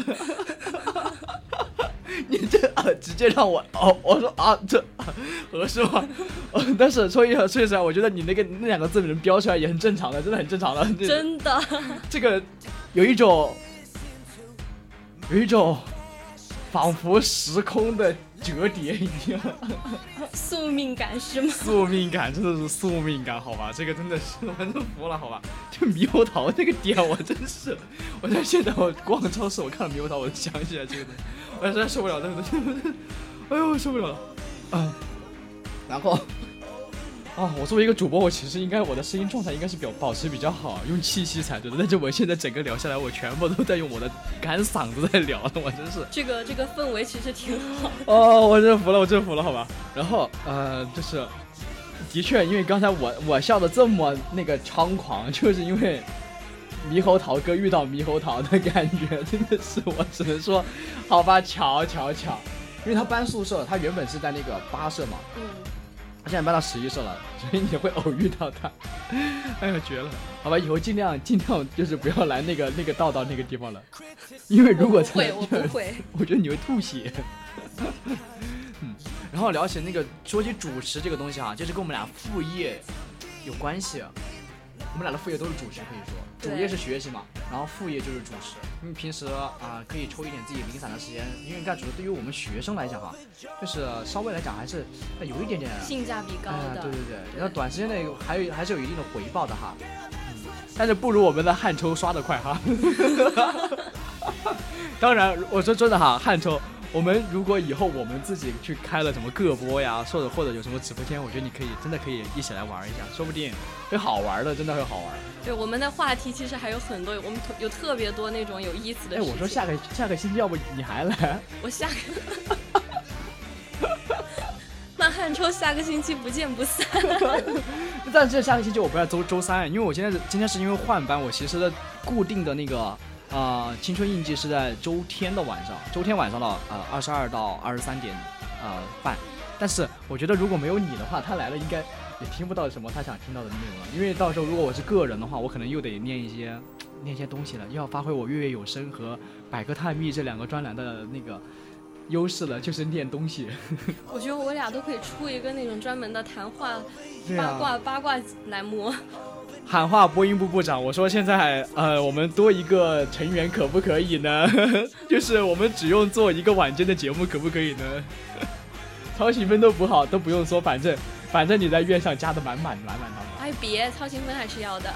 你这啊，直接让我哦，我说啊，这合适吗？哦，但是说一说一说，我觉得你那个那两个字能标出来也很正常的，真的很正常的。 真的， 这个有一种有一种仿佛时空的折叠一样， 宿命感是吗？ 宿命感真的是宿命感，好吧？这个真的是我真服了，好吧？就猕猴桃那个点，我真是，我在现在我逛超市，我看到猕猴桃，我就想起来这个东西。我实在受不了，真的，哎呦，受不了了，啊！然后，啊，我作为一个主播，我其实应该我的声音状态应该是比较保持比较好，用气息才对的。但是我现在整个聊下来，我全部都在用我的干嗓子在聊，我真是。 这个这个氛围其实挺好的。 哦，我真服了，我真服了，好吧。然后，呃，就是，的确，因为刚才我我笑的这么那个猖狂，就是因为。猕猴桃哥遇到猕猴桃的感觉真的是，我只能说，好吧，巧巧巧，因为他搬宿舍，他原本是在那个八舍嘛， 嗯， 他现在搬到十一舍了，所以你会偶遇到他，哎呀绝了，好吧，以后尽量尽量就是不要来那个那个道道那个地方了，因为如果不会，我不会， 我觉得你会吐血。嗯，然后聊起那个说起主持这个东西啊，就是跟我们俩副业有关系。我们俩的副业都是主持，可以说主业是学习嘛，然后副业就是主持。因为平时啊、呃、可以抽一点自己零散的时间，因为干主持对于我们学生来讲哈，就是稍微来讲还是有一点点性价比高的。 哎、对对对，然后短时间内还有还是有一定的回报的哈。嗯，但是不如我们的汉抽刷得快哈。当然，我说真的哈，汉抽。我们如果以后我们自己去开了什么个播呀，或者或者有什么直播间，我觉得你可以真的可以一起来玩一下，说不定会好玩的，真的会好玩。 对，我们的话题其实还有很多，我们有特别多那种有意思的事情。 哎，我说下个下个星期要不你还来？ 我下个那汉抽下个星期不见不散。 但是下个星期我不要周周三，因为我今天是今天是因为换班，我其实的固定的那个。啊、呃，青春印记是在周天的晚上，周天晚上的呃二十二到二十三点呃半。但是我觉得如果没有你的话，他来了应该也听不到什么他想听到的内容了，因为到时候如果我是个人的话，我可能又得念一些念一些东西了，又要发挥我月月有声和百科探秘这两个专栏的那个优势了，就是念东西。 我觉得我俩都可以出一个那种专门的谈话八卦、 啊、 八卦栏目。 喊话播音部部长，我说现在呃我们多一个成员可不可以呢？就是我们只用做一个晚间的节目可不可以呢？操行分都不好都不用说，反正反正你在院上加的满满满满的。 哎哎，别，操行分还是要的。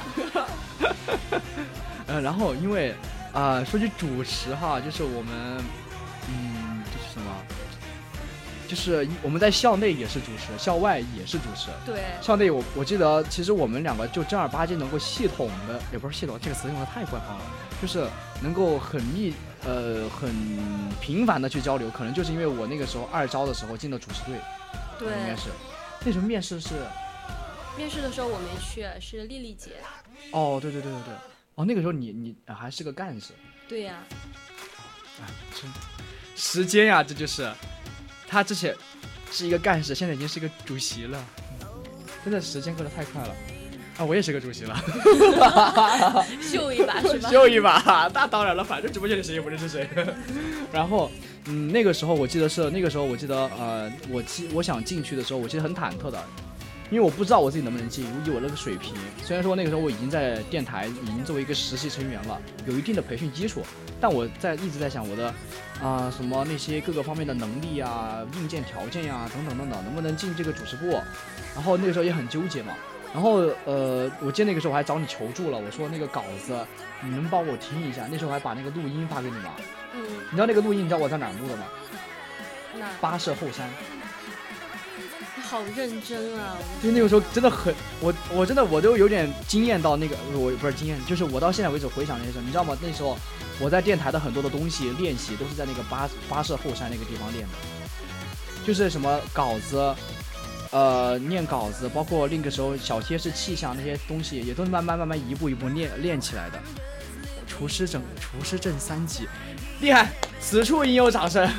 呃，然后因为啊、呃，说起主持哈，就是我们，嗯，就是什么，就是我们在校内也是主持，校外也是主持。 对。 校内我我记得，其实我们两个就正儿八经能够系统的，也不是系统，这个词用的太官方了，就是能够很密。呃，很频繁的去交流，可能就是因为我那个时候二招的时候进了主持队， 对， 应该是那时候面试是， 面试的时候我没去，是丽丽姐。 哦，对对对对对，哦，那个时候你你还是个干事。 对呀、 啊。真时间呀，这就是他之前是一个干事，现在已经是一个主席了，真的时间过得太快了。啊，我也是个主席了， 秀一把是吧？ 秀一把，那当然了，反正直播间里谁也不认识谁。然后，嗯，那个时候我记得是那个时候我记得，呃，我记我想进去的时候，我其实很忐忑的，因为我不知道我自己能不能进，以我那个水平。虽然说那个时候我已经在电台已经作为一个实习成员了，有一定的培训基础，但我在一直在想我的，啊、呃，什么那些各个方面的能力啊、硬件条件呀、啊、等等等等，能不能进这个主持部？然后那个时候也很纠结嘛。然后呃，我记得那个时候我还找你求助了，我说那个稿子你能帮我听一下？那时候还把那个录音发给你吗？ 嗯。 你知道那个录音你知道我在哪儿录的吗？ 哪？ 巴士后山。 你好认真啊！ 因为那个时候真的很，我我真的我都有点惊艳到那个，我不是惊艳，就是我到现在为止回想那些时候，你知道吗？那时候我在电台的很多的东西练习都是在那个巴巴士后山那个地方练的，就是什么稿子。呃，念稿子，包括那个时候小贴士、气象那些东西，也都是慢慢慢慢一步一步练练起来的。厨师证，厨师证三级，厉害！此处应有掌声。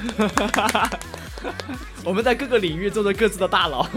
我们在各个领域做着各自的大佬。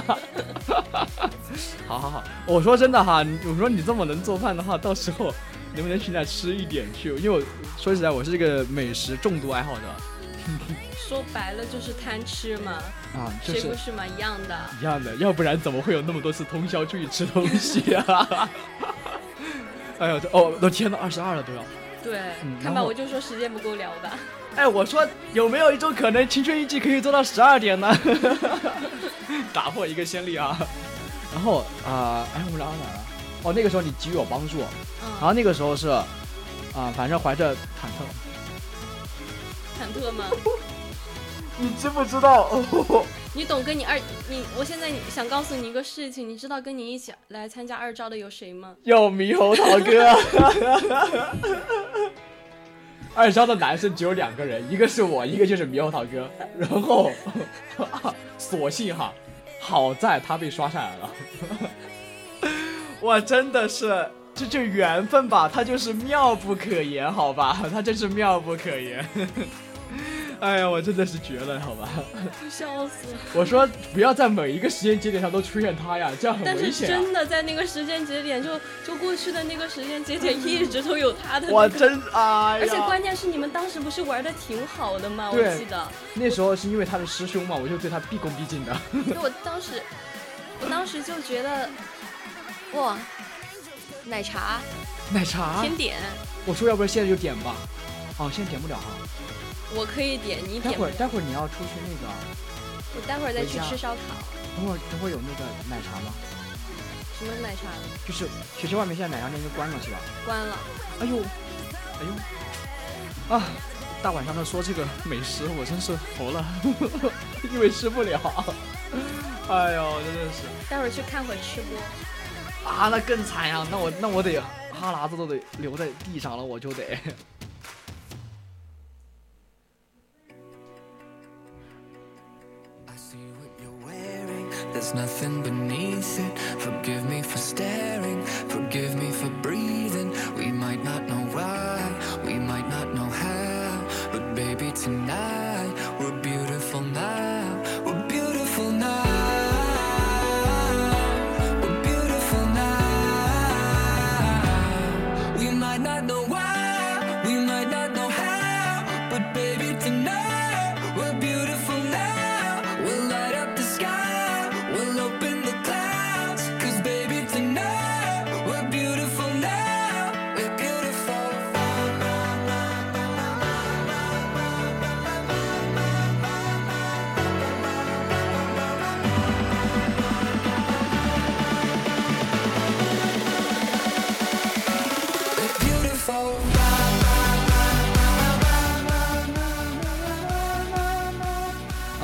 好好好，我说真的哈，我说你这么能做饭的话，到时候能不能去那吃一点去？因为我说实在，我是这个美食重度爱好者。 说白了就是贪吃嘛， 啊，就是、 谁不是嘛？一样的， 一样的，要不然怎么会有那么多次通宵出去吃东西啊？哎呦，哦，我天哪，二十二了都要。 对，嗯、看吧，我就说时间不够聊吧。 哎，我说有没有一种可能，青春一季可以做到十二点呢？打破一个先例啊！然后啊、呃，哎，我们聊到哪了？哦，那个时候你给予我帮助，嗯、然后那个时候是啊、呃，反正怀着忐忑。 忐忑吗？ 你知不知道？哦、 你懂跟你二你，我现在想告诉你一个事情，你知道跟你一起来参加二招的有谁吗？ 有猕猴桃哥。二招的男生只有两个人，一个是我，一个就是猕猴桃哥。然后，所幸哈，好在他被刷下来了。我真的是。这就缘分吧，他就是妙不可言，好吧，他真是妙不可言。哎呀，我真的是绝了，好吧， 笑死了。 我说不要在每一个时间节点上都出现他呀，这样很危险、啊。 但是真的在那个时间节点，就就过去的那个时间节点一直都有他的、那个。 我真哎呀！ 而且关键是你们当时不是玩的挺好的吗？我记得那时候是因为他是师兄嘛，我就对他毕恭毕敬的。 对，我当时，我当时就觉得，哇。奶茶， 奶茶， 甜点。 我说要不然现在就点吧。哦，现在点不了哈。 我可以点，你点。 待会儿，待会儿你要出去那个。 我待会儿再去吃烧烤。 等会儿，等会儿有那个奶茶吗？ 什么奶茶？ 就是学校外面现在奶茶店就关了是吧？ 关了。 哎呦，哎呦，啊！大晚上的说这个美食，我真是服了，因为吃不了。哎呦，真的是。 待会儿去看会吃播。 啊，那更惨呀！那我那我得哈喇子都得留在地上了，我就得。 There's nothing beneath it. Forgive me for staring. Forgive me for breathing. We might not know why. We might not know how. But baby, tonight we're beautiful now. We're beautiful now. Might not know why, we might not know how, but baby tonight we're beautiful now. We'll light up the sky, we'll open the clouds, 'cause baby tonight we're beautiful now.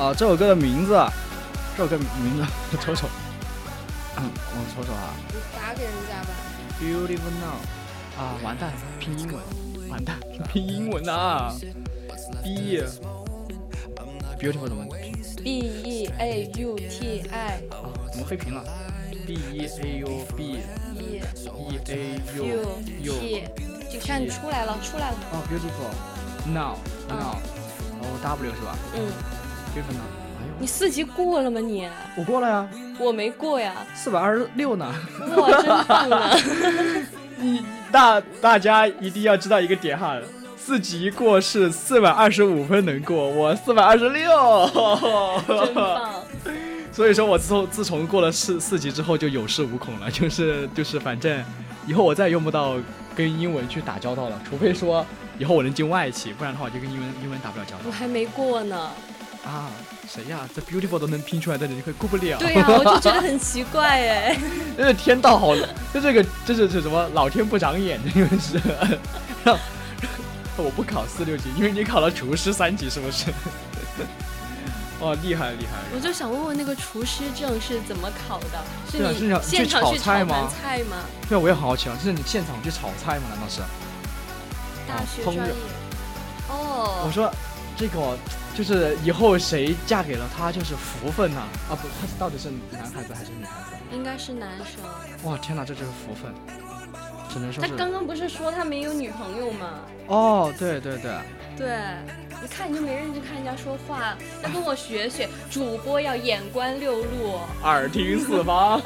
啊，这首歌的名字，这首歌名字我瞅瞅，嗯，我瞅瞅啊。 你打给人家吧。 Beautiful Now， 啊，完蛋，拼英文，完蛋，拼英文啊 ，B Beautiful 怎么拼 ？B E A U T I。 啊，怎么黑屏了 ？B E A U B E A U U T， 就看出来了，出来了。 哦 ，Beautiful Now Now， 哦 W 是吧？ 嗯。 Beautiful Now。 你四级过了吗你？ 我过了呀。 我没过呀。 四百二十六呢。 哇，真棒啊！ 你大大家一定要知道一个点哈，四级过是四百二十五分能过，我四百二十六， 真棒。 所以说我自从自从过了四四级之后就有恃无恐了，就是就是反正以后我再也用不到跟英文去打交道了，除非说以后我能进外企，不然的话我就跟英文英文打不了交道。 我还没过呢。 啊，谁呀？这 beautiful 都能拼出来的人，会过不了。 对呀、啊，我就觉得很奇怪哎。 这是天道好，就这个，这是这什么？老天不长眼，这个是让我不考四六级，因为你考了厨师三级，是不是？哦，厉害厉害！ 我就想问问那个厨师证是怎么考的？是你是现场去炒盘菜吗？ 对啊，我也很好奇啊，就是你现场去炒菜吗？难道是？ 大学专业。哦。 我说这个。就是以后谁嫁给了他就是福分呐！ 啊, 啊不，他到底是男孩子还是女孩子？ 应该是男生。 哇天哪，这就是福分，只能说是。 他刚刚不是说他没有女朋友吗？ 哦，对对对。 对，你看你就没认真看人家说话，要跟我学学，主播要眼观六路， 耳听四方。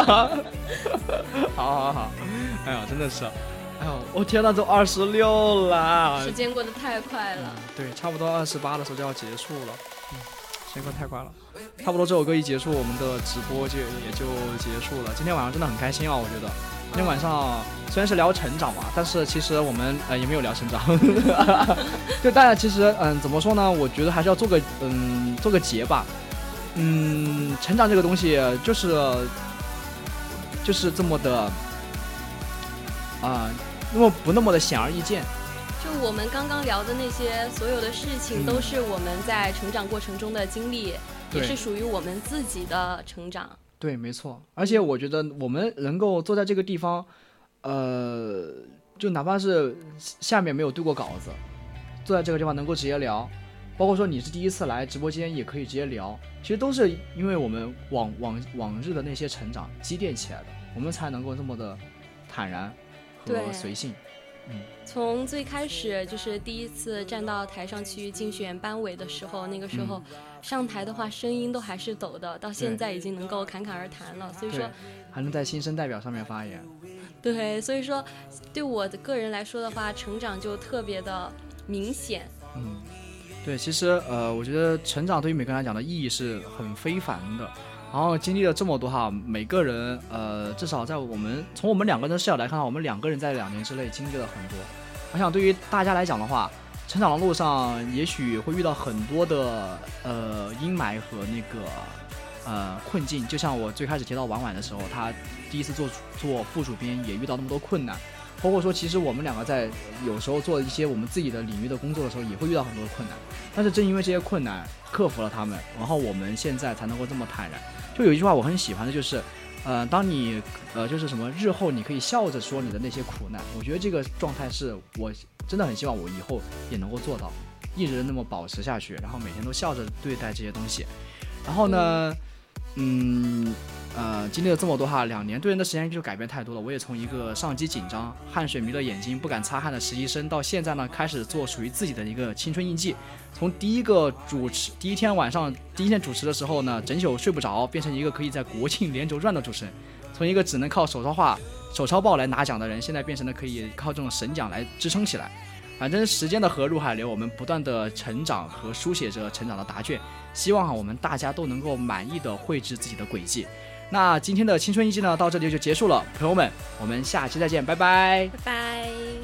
好好好，哎呀，真的是。哎呦，我天哪，都二十六了， 时间过得太快了。 嗯、对，差不多二十八的时候就要结束了，嗯，时间过得太快了。差不多这首歌一结束，我们的直播就也就结束了。今天晚上真的很开心啊，我觉得。今天晚上虽然是聊成长嘛，但是其实我们呃也没有聊成长。就大家其实嗯怎么说呢？我觉得还是要做个嗯做个结吧。嗯，成长这个东西就是就是这么的啊。呃那么不那么的显而易见， 就我们刚刚聊的那些所有的事情，都是我们在成长过程中的经历，嗯、也是属于我们自己的成长。 对，没错。而且我觉得我们能够坐在这个地方，呃，就哪怕是下面没有对过稿子，坐在这个地方能够直接聊，包括说你是第一次来直播间也可以直接聊，其实都是因为我们往往往日的那些成长积淀起来的，我们才能够这么的坦然。和随性，嗯， 从最开始就是第一次站到台上去竞选班委的时候，那个时候、嗯、上台的话声音都还是抖的，到现在已经能够侃侃而谈了，所以说还能在新生代表上面发言。 对，所以说对我的个人来说的话，成长就特别的明显。 嗯，对，其实呃，我觉得成长对于每个人来讲的意义是很非凡的。然后经历了这么多哈，每个人呃，至少在我们从我们两个人的视角来看，我们两个人在两年之内经历了很多。我想对于大家来讲的话，成长的路上也许会遇到很多的呃阴霾和那个呃困境。就像我最开始提到婉婉的时候，她第一次做做副主编也遇到那么多困难，包括说其实我们两个在有时候做一些我们自己的领域的工作的时候，也会遇到很多的困难。但是正因为这些困难克服了他们，然后我们现在才能够这么坦然。就有一句话我很喜欢的，就是，呃，当你呃就是什么日后你可以笑着说你的那些苦难，我觉得这个状态是我真的很希望我以后也能够做到，一直那么保持下去，然后每天都笑着对待这些东西。然后呢，嗯呃，经历了这么多哈，两年对人的时间就改变太多了。我也从一个上机紧张、汗水迷了眼睛、不敢擦汗的实习生，到现在呢，开始做属于自己的一个青春印记。从第一个主持，第一天晚上，第一天主持的时候呢，整宿睡不着，变成一个可以在国庆连轴转的主持人。从一个只能靠手抄话、手抄报来拿奖的人，现在变成了可以靠这种神奖来支撑起来。反正时间的河入海流，我们不断的成长和书写着成长的答卷。希望我们大家都能够满意的绘制自己的轨迹。那今天的青春印记呢，到这里就结束了，朋友们，我们下期再见，拜拜， 拜拜。